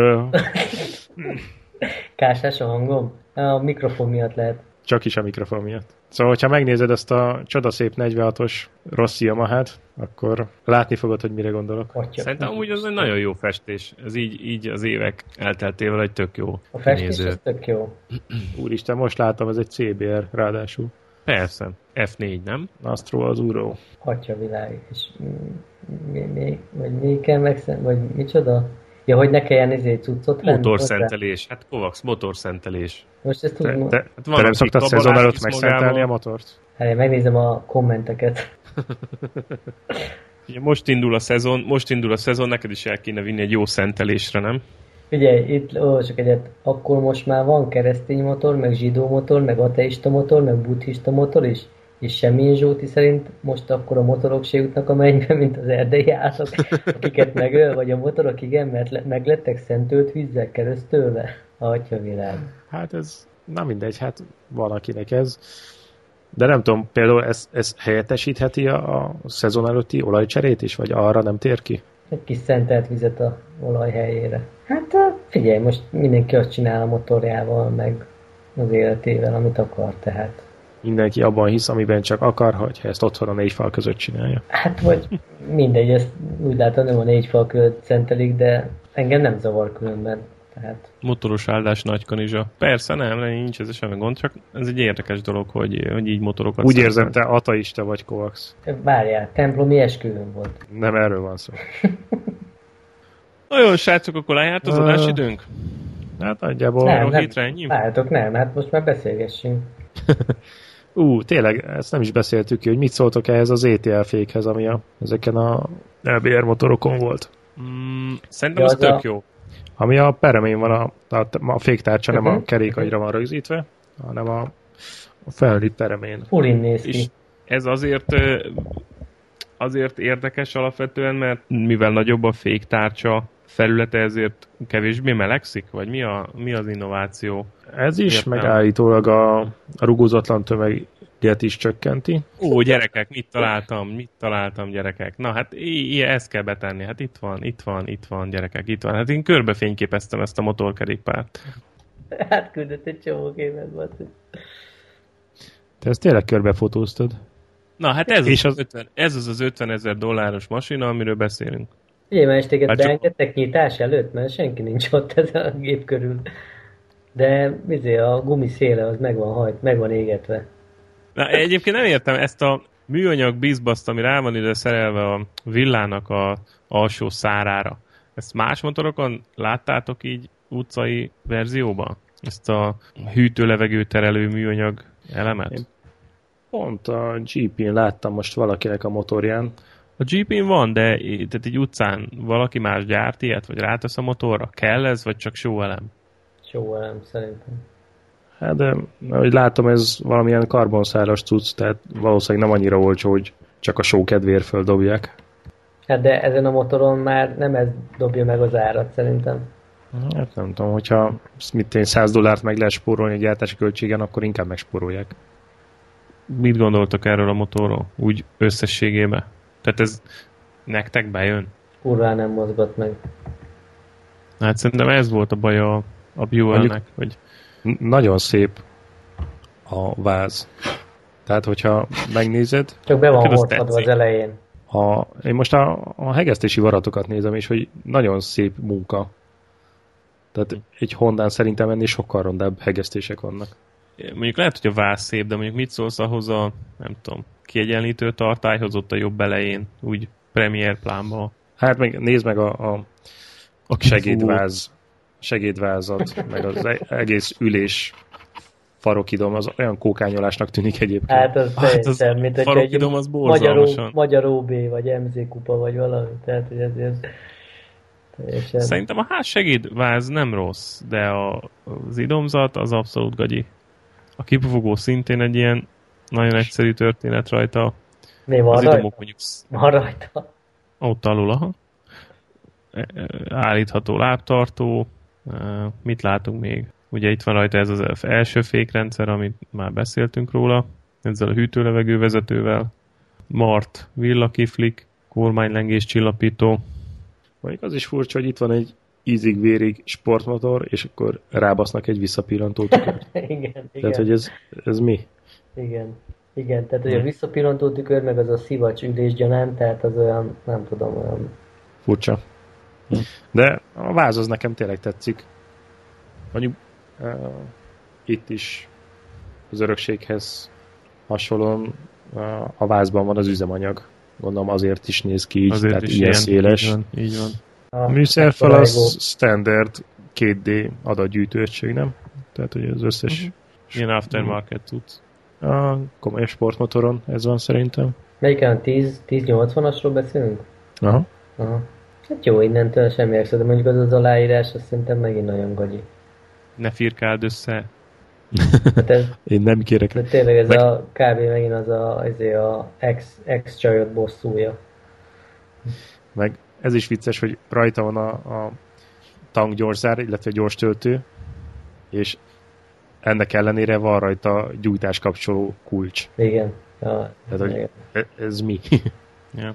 Kásás a hangom? A mikrofon miatt lehet. Csak is a mikrofon miatt. Szóval, hogyha megnézed ezt a csodaszép 46-os rossz Yamahát, akkor látni fogod, hogy mire gondolok. Szerintem úgy az egy nagyon jó festés. Ez így az évek elteltével egy tök jó a festés az tök jó. Úristen, most látom, ez egy CBR ráadásul. Persze. F4, nem? Astro az Uro. Atya világ. És mi kell vagy micsoda? Ja, hogy ne kelljen cuccot venni? Motorszentelés. Hát Kovacs, motorszentelés. Most ezt tudom. Te nem szoktad szezon előtt megszentelni a motort? Hát én megnézem a kommenteket. Ugye most indul a szezon, neked is el kéne vinni egy jó szentelésre, nem? Figyelj, itt olvasok egyet, akkor most már van keresztény motor, meg zsidó motor, meg ateista motor, meg buddhista motor is, és Semjén Zsóti szerint most akkor a motorok se jutnak a mennybe, mint az erdei állatok, akiket megöl, vagy a motorok igen, mert meglettek szentölt vízzel keresztülve. Atya világ. Hát ez, na mindegy, hát van akinek ez. De nem tudom, például ez helyettesítheti a szezon előtti olajcserét is, vagy arra nem tér ki? Egy kis szentelt vizet a olaj helyére. Hát figyelj, most mindenki azt csinál a motorjával, meg az életével, amit akar, tehát. Mindenki abban hisz, amiben csak akar, hogyha ezt otthon a 4 fal között csinálja. Hát vagy mindegy, ezt úgy látom, nem a 4 fal között szentelik, de engem nem zavar különben. Tehát... Motoros áldás Nagykanizsa. Persze, nincs ez semmi gond, csak ez egy érdekes dolog, hogy így motorokat... Úgy érzem, te ateista vagy, Kovacs. Várjál, templomi esküvőn volt. Nem erről van szó. Olyan srácok, akkor lejárt az adásidőnk? Hát nagyjából... Nem, hát most már beszélgessünk. Tényleg, ezt nem is beszéltük ki, hogy mit szóltok ehhez az ETL fékhez, ami ezeken a LBR motorokon volt. Szerintem az tök jó. Ami a peremén van, a féktárcsa nem a kerékaira van rögzítve, hanem a felnőtt peremén. Fullin néz ki. És ez azért érdekes alapvetően, mert mivel nagyobb a féktárcsa felülete, ezért kevésbé melegszik? Vagy mi az innováció? Ez is, meg állítólag a rugózatlan tömeget is csökkenti. Gyerekek, mit találtam, gyerekek? Na, hát ezt kell betenni. Hát itt van, gyerekek, itt van. Hát én körbefényképeztem ezt a motorkerékpárt. Átküldött egy csomó képet, basszus. Te ezt tényleg körbefotóztad? Na, hát ez az 50 000 dolláros masina, amiről beszélünk. Ugye, már téged Hát csak- beengedtek nyitás előtt, mert senki nincs ott ezen a gép körül. De a gumi széle az meg van égetve. Na, egyébként nem értem ezt a műanyag bizbaszt, ami rá van ide szerelve a villának a alsó szárára. Ezt más motorokon láttátok így utcai verzióban? Ezt a hűtő-levegő terelő műanyag elemet? Pont a GP-n láttam most valakinek a motorján. A GP-n van, de tehát egy utcán valaki más gyárt ilyet, vagy rátesz a motorra? Kell ez, vagy csak sóelem? Sóelem, szerintem. Hát de, ahogy látom, ez valamilyen karbonszálas cucc, tehát valószínűleg nem annyira olcsó, hogy csak a só kedvéért földobják. Hát de ezen a motoron már nem ez dobja meg az árat, szerintem. Hát nem tudom, hogyha $100 meg lehet spórolni a gyártási költségen, akkor inkább megspórolják. Mit gondoltak erről a motorról? Úgy összességében? Tehát ez nektek bejön? Kurván nem mozgott meg. Hát szerintem ez volt a baj a Buell-nek, hogy Nagyon szép a váz. Tehát, hogyha megnézed, Csak be van Neked az hordva tetszik. az elején. én most a hegesztési varatokat nézem, és hogy nagyon szép munka. Tehát egy Hondán szerintem ennél sokkal rondább hegesztések vannak. mondjuk lehet, hogy a váz szép, de mondjuk mit szólsz ahhoz a, nem tudom, kiegyenlítő tartályhoz ott a jobb elején, úgy Premier plánban. Hát meg nézd meg a segédvázat, meg az egész ülés farokidom, az olyan kókányolásnak tűnik egyébként. Hát az teljesen, mint hogy egy farokidom az borzalmasan. magyar OB, vagy MZ kupa, vagy valami. Tehát, hogy ezért teljesen... Szerintem a segédváz nem rossz, de az idomzat az abszolút gagyi. A kipufogó szintén egy ilyen nagyon egyszerű történet rajta. Mi van Az rajta? idomok mondjuk Van rajta. ott alul, aha. Állítható lábtartó. Mit látunk még? Ugye itt van rajta ez az első fékrendszer, amit már beszéltünk róla, ezzel a hűtőlevegő vezetővel. Mart, villakiflik, kormánylengés csillapító. Mondjuk az is furcsa, hogy itt van egy ízig-vérig sportmotor, és akkor rábasznak egy visszapillantó tükröt. Igen. Tehát, hogy ez mi? Igen, tehát hogy a visszapillantó tükör, meg az a szivacs ülésgyanán, tehát az olyan, nem tudom, olyan... Furcsa. De a váz az nekem tényleg tetszik. Mondjuk itt is az örökséghez hasonlóan a vázban van az üzemanyag. Gondolom azért is néz ki így, Azért tehát is ilyen széles. Így van. A műszerfal az standard 2D adatgyűjtő egység, nem? Tehát, hogy az összes... Ilyen aftermarket tudsz. A komoly sportmotoron ez van szerintem. Melyiken 1080-asról beszélünk? Aha. Hát jó, innentől semmi extra, de mondjuk az aláírás, azt szerintem megint nagyon gagyi. Ne firkáld össze. Hát ez, Én nem kérek. de tényleg ez a kb. Megint az a ex-csajod bosszúja. Meg ez is vicces, hogy rajta van a tankgyorszár, illetve gyorstöltő, és ennek ellenére van rajta gyújtáskapcsoló kulcs. Igen. Ja, Tehát, hogy ez mi? Ja.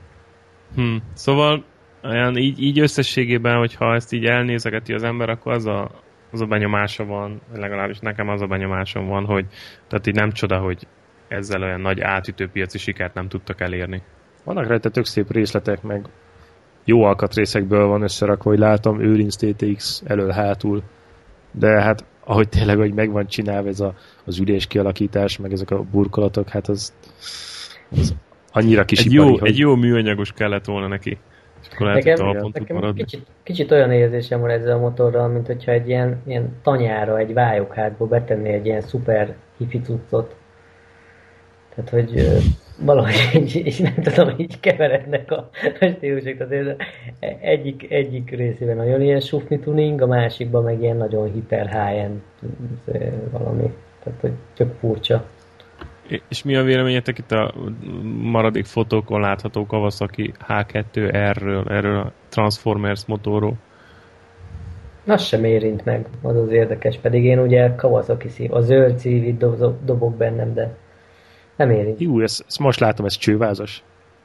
Szóval olyan így összességében, hogyha ezt így elnézegeti az ember, akkor az a benyomása van, legalábbis nekem az a benyomásom van, hogy tehát így nem csoda, hogy ezzel olyan nagy átütő piaci sikert nem tudtak elérni. Vannak rajta tök szép részletek, meg jó alkatrészekből van összerakva, hogy látom, őrinc TTX elől-hátul, de hát ahogy tényleg, hogy meg van csinálva ez az ülés kialakítás, meg ezek a burkolatok, hát az annyira kisipari, Egy jó műanyagos kellett volna neki. És akkor lehet, hogy talpon tud maradni. Kicsit olyan érzésem van ezzel a motorral, mint hogyha egy ilyen tanyára, egy vályokhátba betenné egy ilyen szuper hifi cuccot. Tehát, hogy valahogy így nem tudom, így keverednek a stílusok. Tehát egyik részében nagyon ilyen sufni tuning, a másikban meg ilyen nagyon hiper high-end valami. Tehát, hogy csak furcsa. És mi a véleményetek itt a maradék fotókon látható Kawasaki H2R-ről, erről a Transformers motorról? Az sem érint meg, az az érdekes. Pedig én ugye Kawasaki szív, a zöld szív dobok bennem, de nem érint. Jó, ezt most látom, ez csővázas.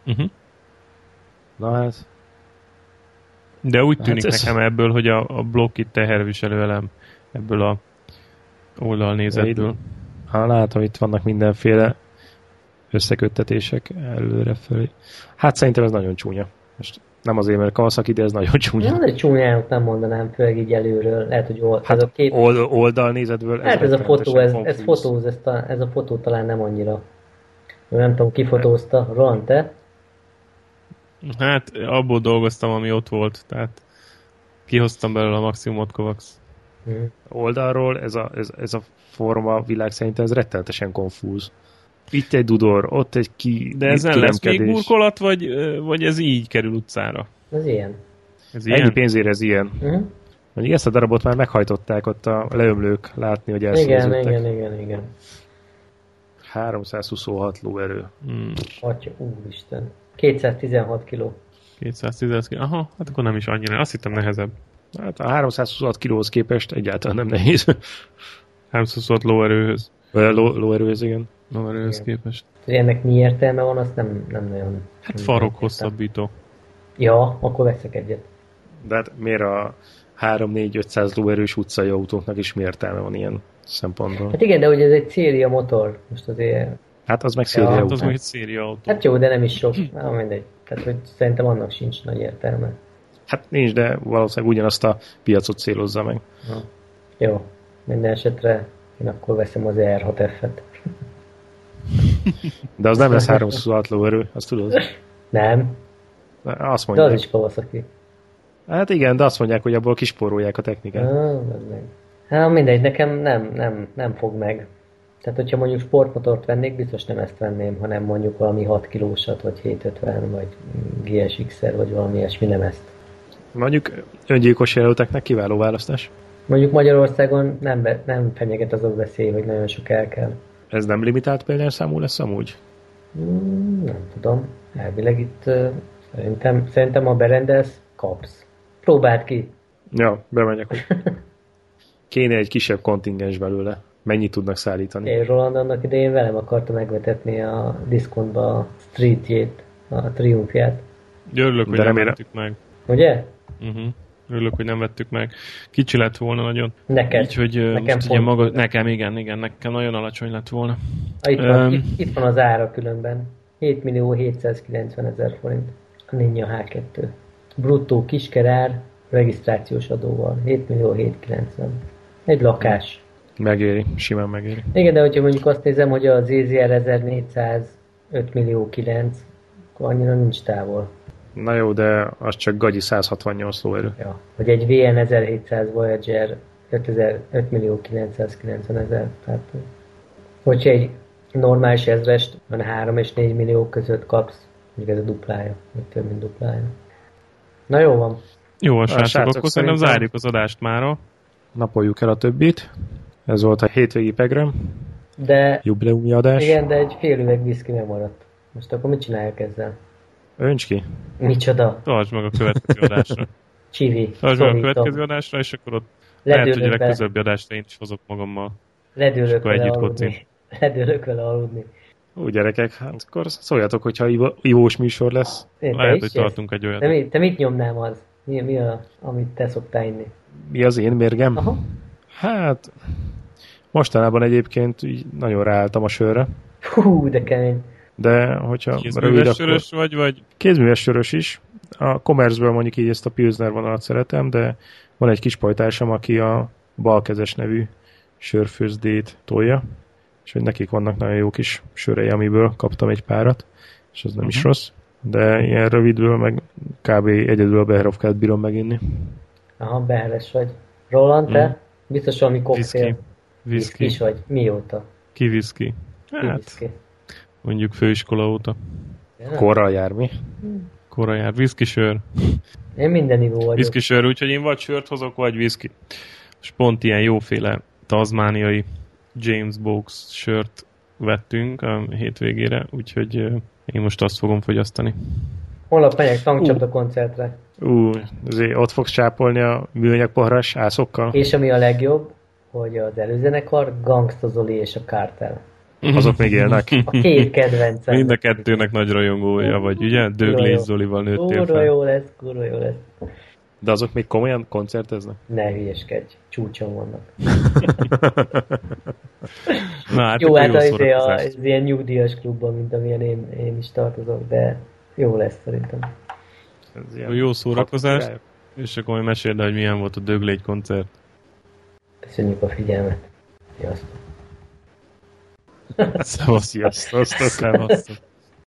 Na hát. De úgy tűnik ez... nekem ebből, hogy a blokk itt teherviselő elem, ebből a oldalnézetből. Látom, itt vannak mindenféle összeköttetések előre fölé. Hát szerintem ez nagyon csúnya. Most nem azért, mert Kawasaki, de ez nagyon csúnya. Nem, de csúnyának nem mondanám, főleg így előről. Lehet, hogy hát ez a kép... oldalnézetből... Hát ez a fotó, ez fotóz, ez a fotó talán nem annyira. Nem tudom, ki fotózta. Roland, te? Hát abból dolgoztam, ami ott volt, tehát kihoztam belőle a maximumot, Kovacs. Oldalról ez a forma világ szerint ez rettenetesen konfúz. Itt egy dudor, ott egy De ezen lesz még burkolat, vagy ez így kerül utcára? Ez ilyen. Ennyi pénzére ez ilyen. Mondjuk ezt a darabot már meghajtották ott a leömlők látni, hogy elszínződtek. Igen. 326 lóerő. Atya, úristen. 216 kiló. 216 kiló. Aha, hát akkor nem is annyira. Azt hittem nehezebb. Hát a 326 kilóhoz képest egyáltalán nem nehéz. 326 lóerőhöz. Lóerőhöz, igen. Lóerőhöz képest. Ennek mi értelme van, azt nem nagyon... Hát farok hosszabbító. Ja, akkor veszek egyet. De hát miért a 3-4-500 lóerős utcai autóknak is mi értelme van ilyen szempontból? Hát igen, de hogy ez egy széria motor. Most azért... Hát az meg széria autó. Hát az meg egy széria autó. Hát jó, de nem is sok. Mindegy. Tehát, hogy szerintem annak sincs nagy értelme. Hát nincs, de valószínűleg ugyanazt a piacot célozza meg. Jó. Minden esetre én akkor veszem az R6F-et. De az nem lesz 326 lóerő, azt tudod? Nem. Azt mondják. De az is Kawasaki. Hát igen, de azt mondják, hogy abból kispórolják a technikát. Hát mindegy, nekem nem fog meg. Tehát, hogyha mondjuk sportmotort vennék, biztos nem ezt venném, hanem mondjuk valami 6 kilósat, vagy 750, vagy GSX-er, vagy valami ilyesmi, nem ezt. Mondjuk öngyilkos jelölteknek kiváló választás. Mondjuk Magyarországon nem fenyeget az a veszély, hogy nagyon sok el kell. Ez nem limitált példányszámú lesz amúgy? Nem tudom. Elvileg itt szerintem ha berendelsz, kapsz. Próbáld ki. Ja, bemegyek, hogy kéne egy kisebb kontingens belőle. Mennyit tudnak szállítani? Én Roland annak idején velem akarta megvetetni a diszkontba a Streetjét, a Triumphját. Örülök, hogy nem vettük meg. Ugye? Örülök, hogy nem vettük meg. Kicsi lett volna nagyon. Neked. Így, hogy nekem ugye maga... Nekem igen, nekem nagyon alacsony lett volna. Itt van az ára különben. 7.790.000 forint. A Ninja H2. Bruttó kiskerár, regisztrációs adóval. 7.790.000. Egy lakás. Megéri, simán megéri. Igen, de hogyha mondjuk azt nézem, hogy az ZZR 1400 5.900.000, akkor annyira nincs távol. Na jó, de az csak gagyi 168 lóerő. Ja. Hogy egy VN 1700 Voyager 5.990.000. Tehát, hogyha egy normális ezrest 3 és 4 millió között kapsz, mondjuk ez a duplája, vagy több mint duplája. Na jó van. Jó, a srácok, akkor szerintem zárjuk az adást mára. Napoljuk el a többit. Ez volt a hétvégi Pegram. De... jubileumi adás. Igen, de egy fél üveg viszki megmaradt. Most akkor mit csináljuk ezzel? Önts ki. Micsoda? Tartsd meg a következő adásra. Csivi. Tartsd meg a következő adásra, és akkor ott lehet, hogy a legközelebbi adást én is hozok magammal. Ledőlök vele aludni. Úgy gyerekek, hát akkor szóljatok, hogyha ivós műsor lesz. Lehet, hogy tartunk egy olyat. Te mit nyomnám az? Mi amit te szoktál inni? Mi az én mérgem? Aha. Hát mostanában egyébként nagyon ráálltam a sörre. Hú, de kemény. De hogyha kézműves sörös vagy? Kézműves sörös is. A Commerce-ből mondjuk így ezt a Pilsner vonalat szeretem, de van egy kis pajtásam, aki a Balkezes nevű sörfőzdét tolja, és hogy nekik vannak nagyon jó kis sörei, amiből kaptam egy párat, és az nem is rossz. De ilyen rövidből meg kb. Egyedül a Beherovkát bírom meginni. Aha, beheres vagy. Roland, te? Biztos valami koktél. Whisky is vagy. Mióta? Ki whisky? Hát, mondjuk főiskola óta. Korral jár mi? Korral jár. Whisky sör. Én minden ivó vagyok. Whisky sör, úgyhogy én vagy sört hozok, vagy whisky. És pont ilyen jóféle tazmániai James Box sört vettünk a hétvégére, úgyhogy én most azt fogom fogyasztani. Holnap megyek tankcsapda koncertre. Azért ott fogsz csápolni a műanyag poharas ászokkal? És ami a legjobb, hogy az előzenekar Gangsta Zoli és a Kártel. Azok még élnek. A két kedvencem. Mind a kettőnek nagy rajongója vagy, ugye? Döglés Zolival nőttél fel. Kurva jó lesz. De azok még komolyan koncerteznek? Ne hülyeskedj, csúcson vannak. Na, hát jó, hát az ilyen nyugdíjas klubban, mint amilyen én is tartozok, de jó lesz szerintem. Jó szórakozás, és akkor majd meséld, hogy milyen volt a Döglégy koncert. Köszönjük a figyelmet. Sziasztok! Sziasztok!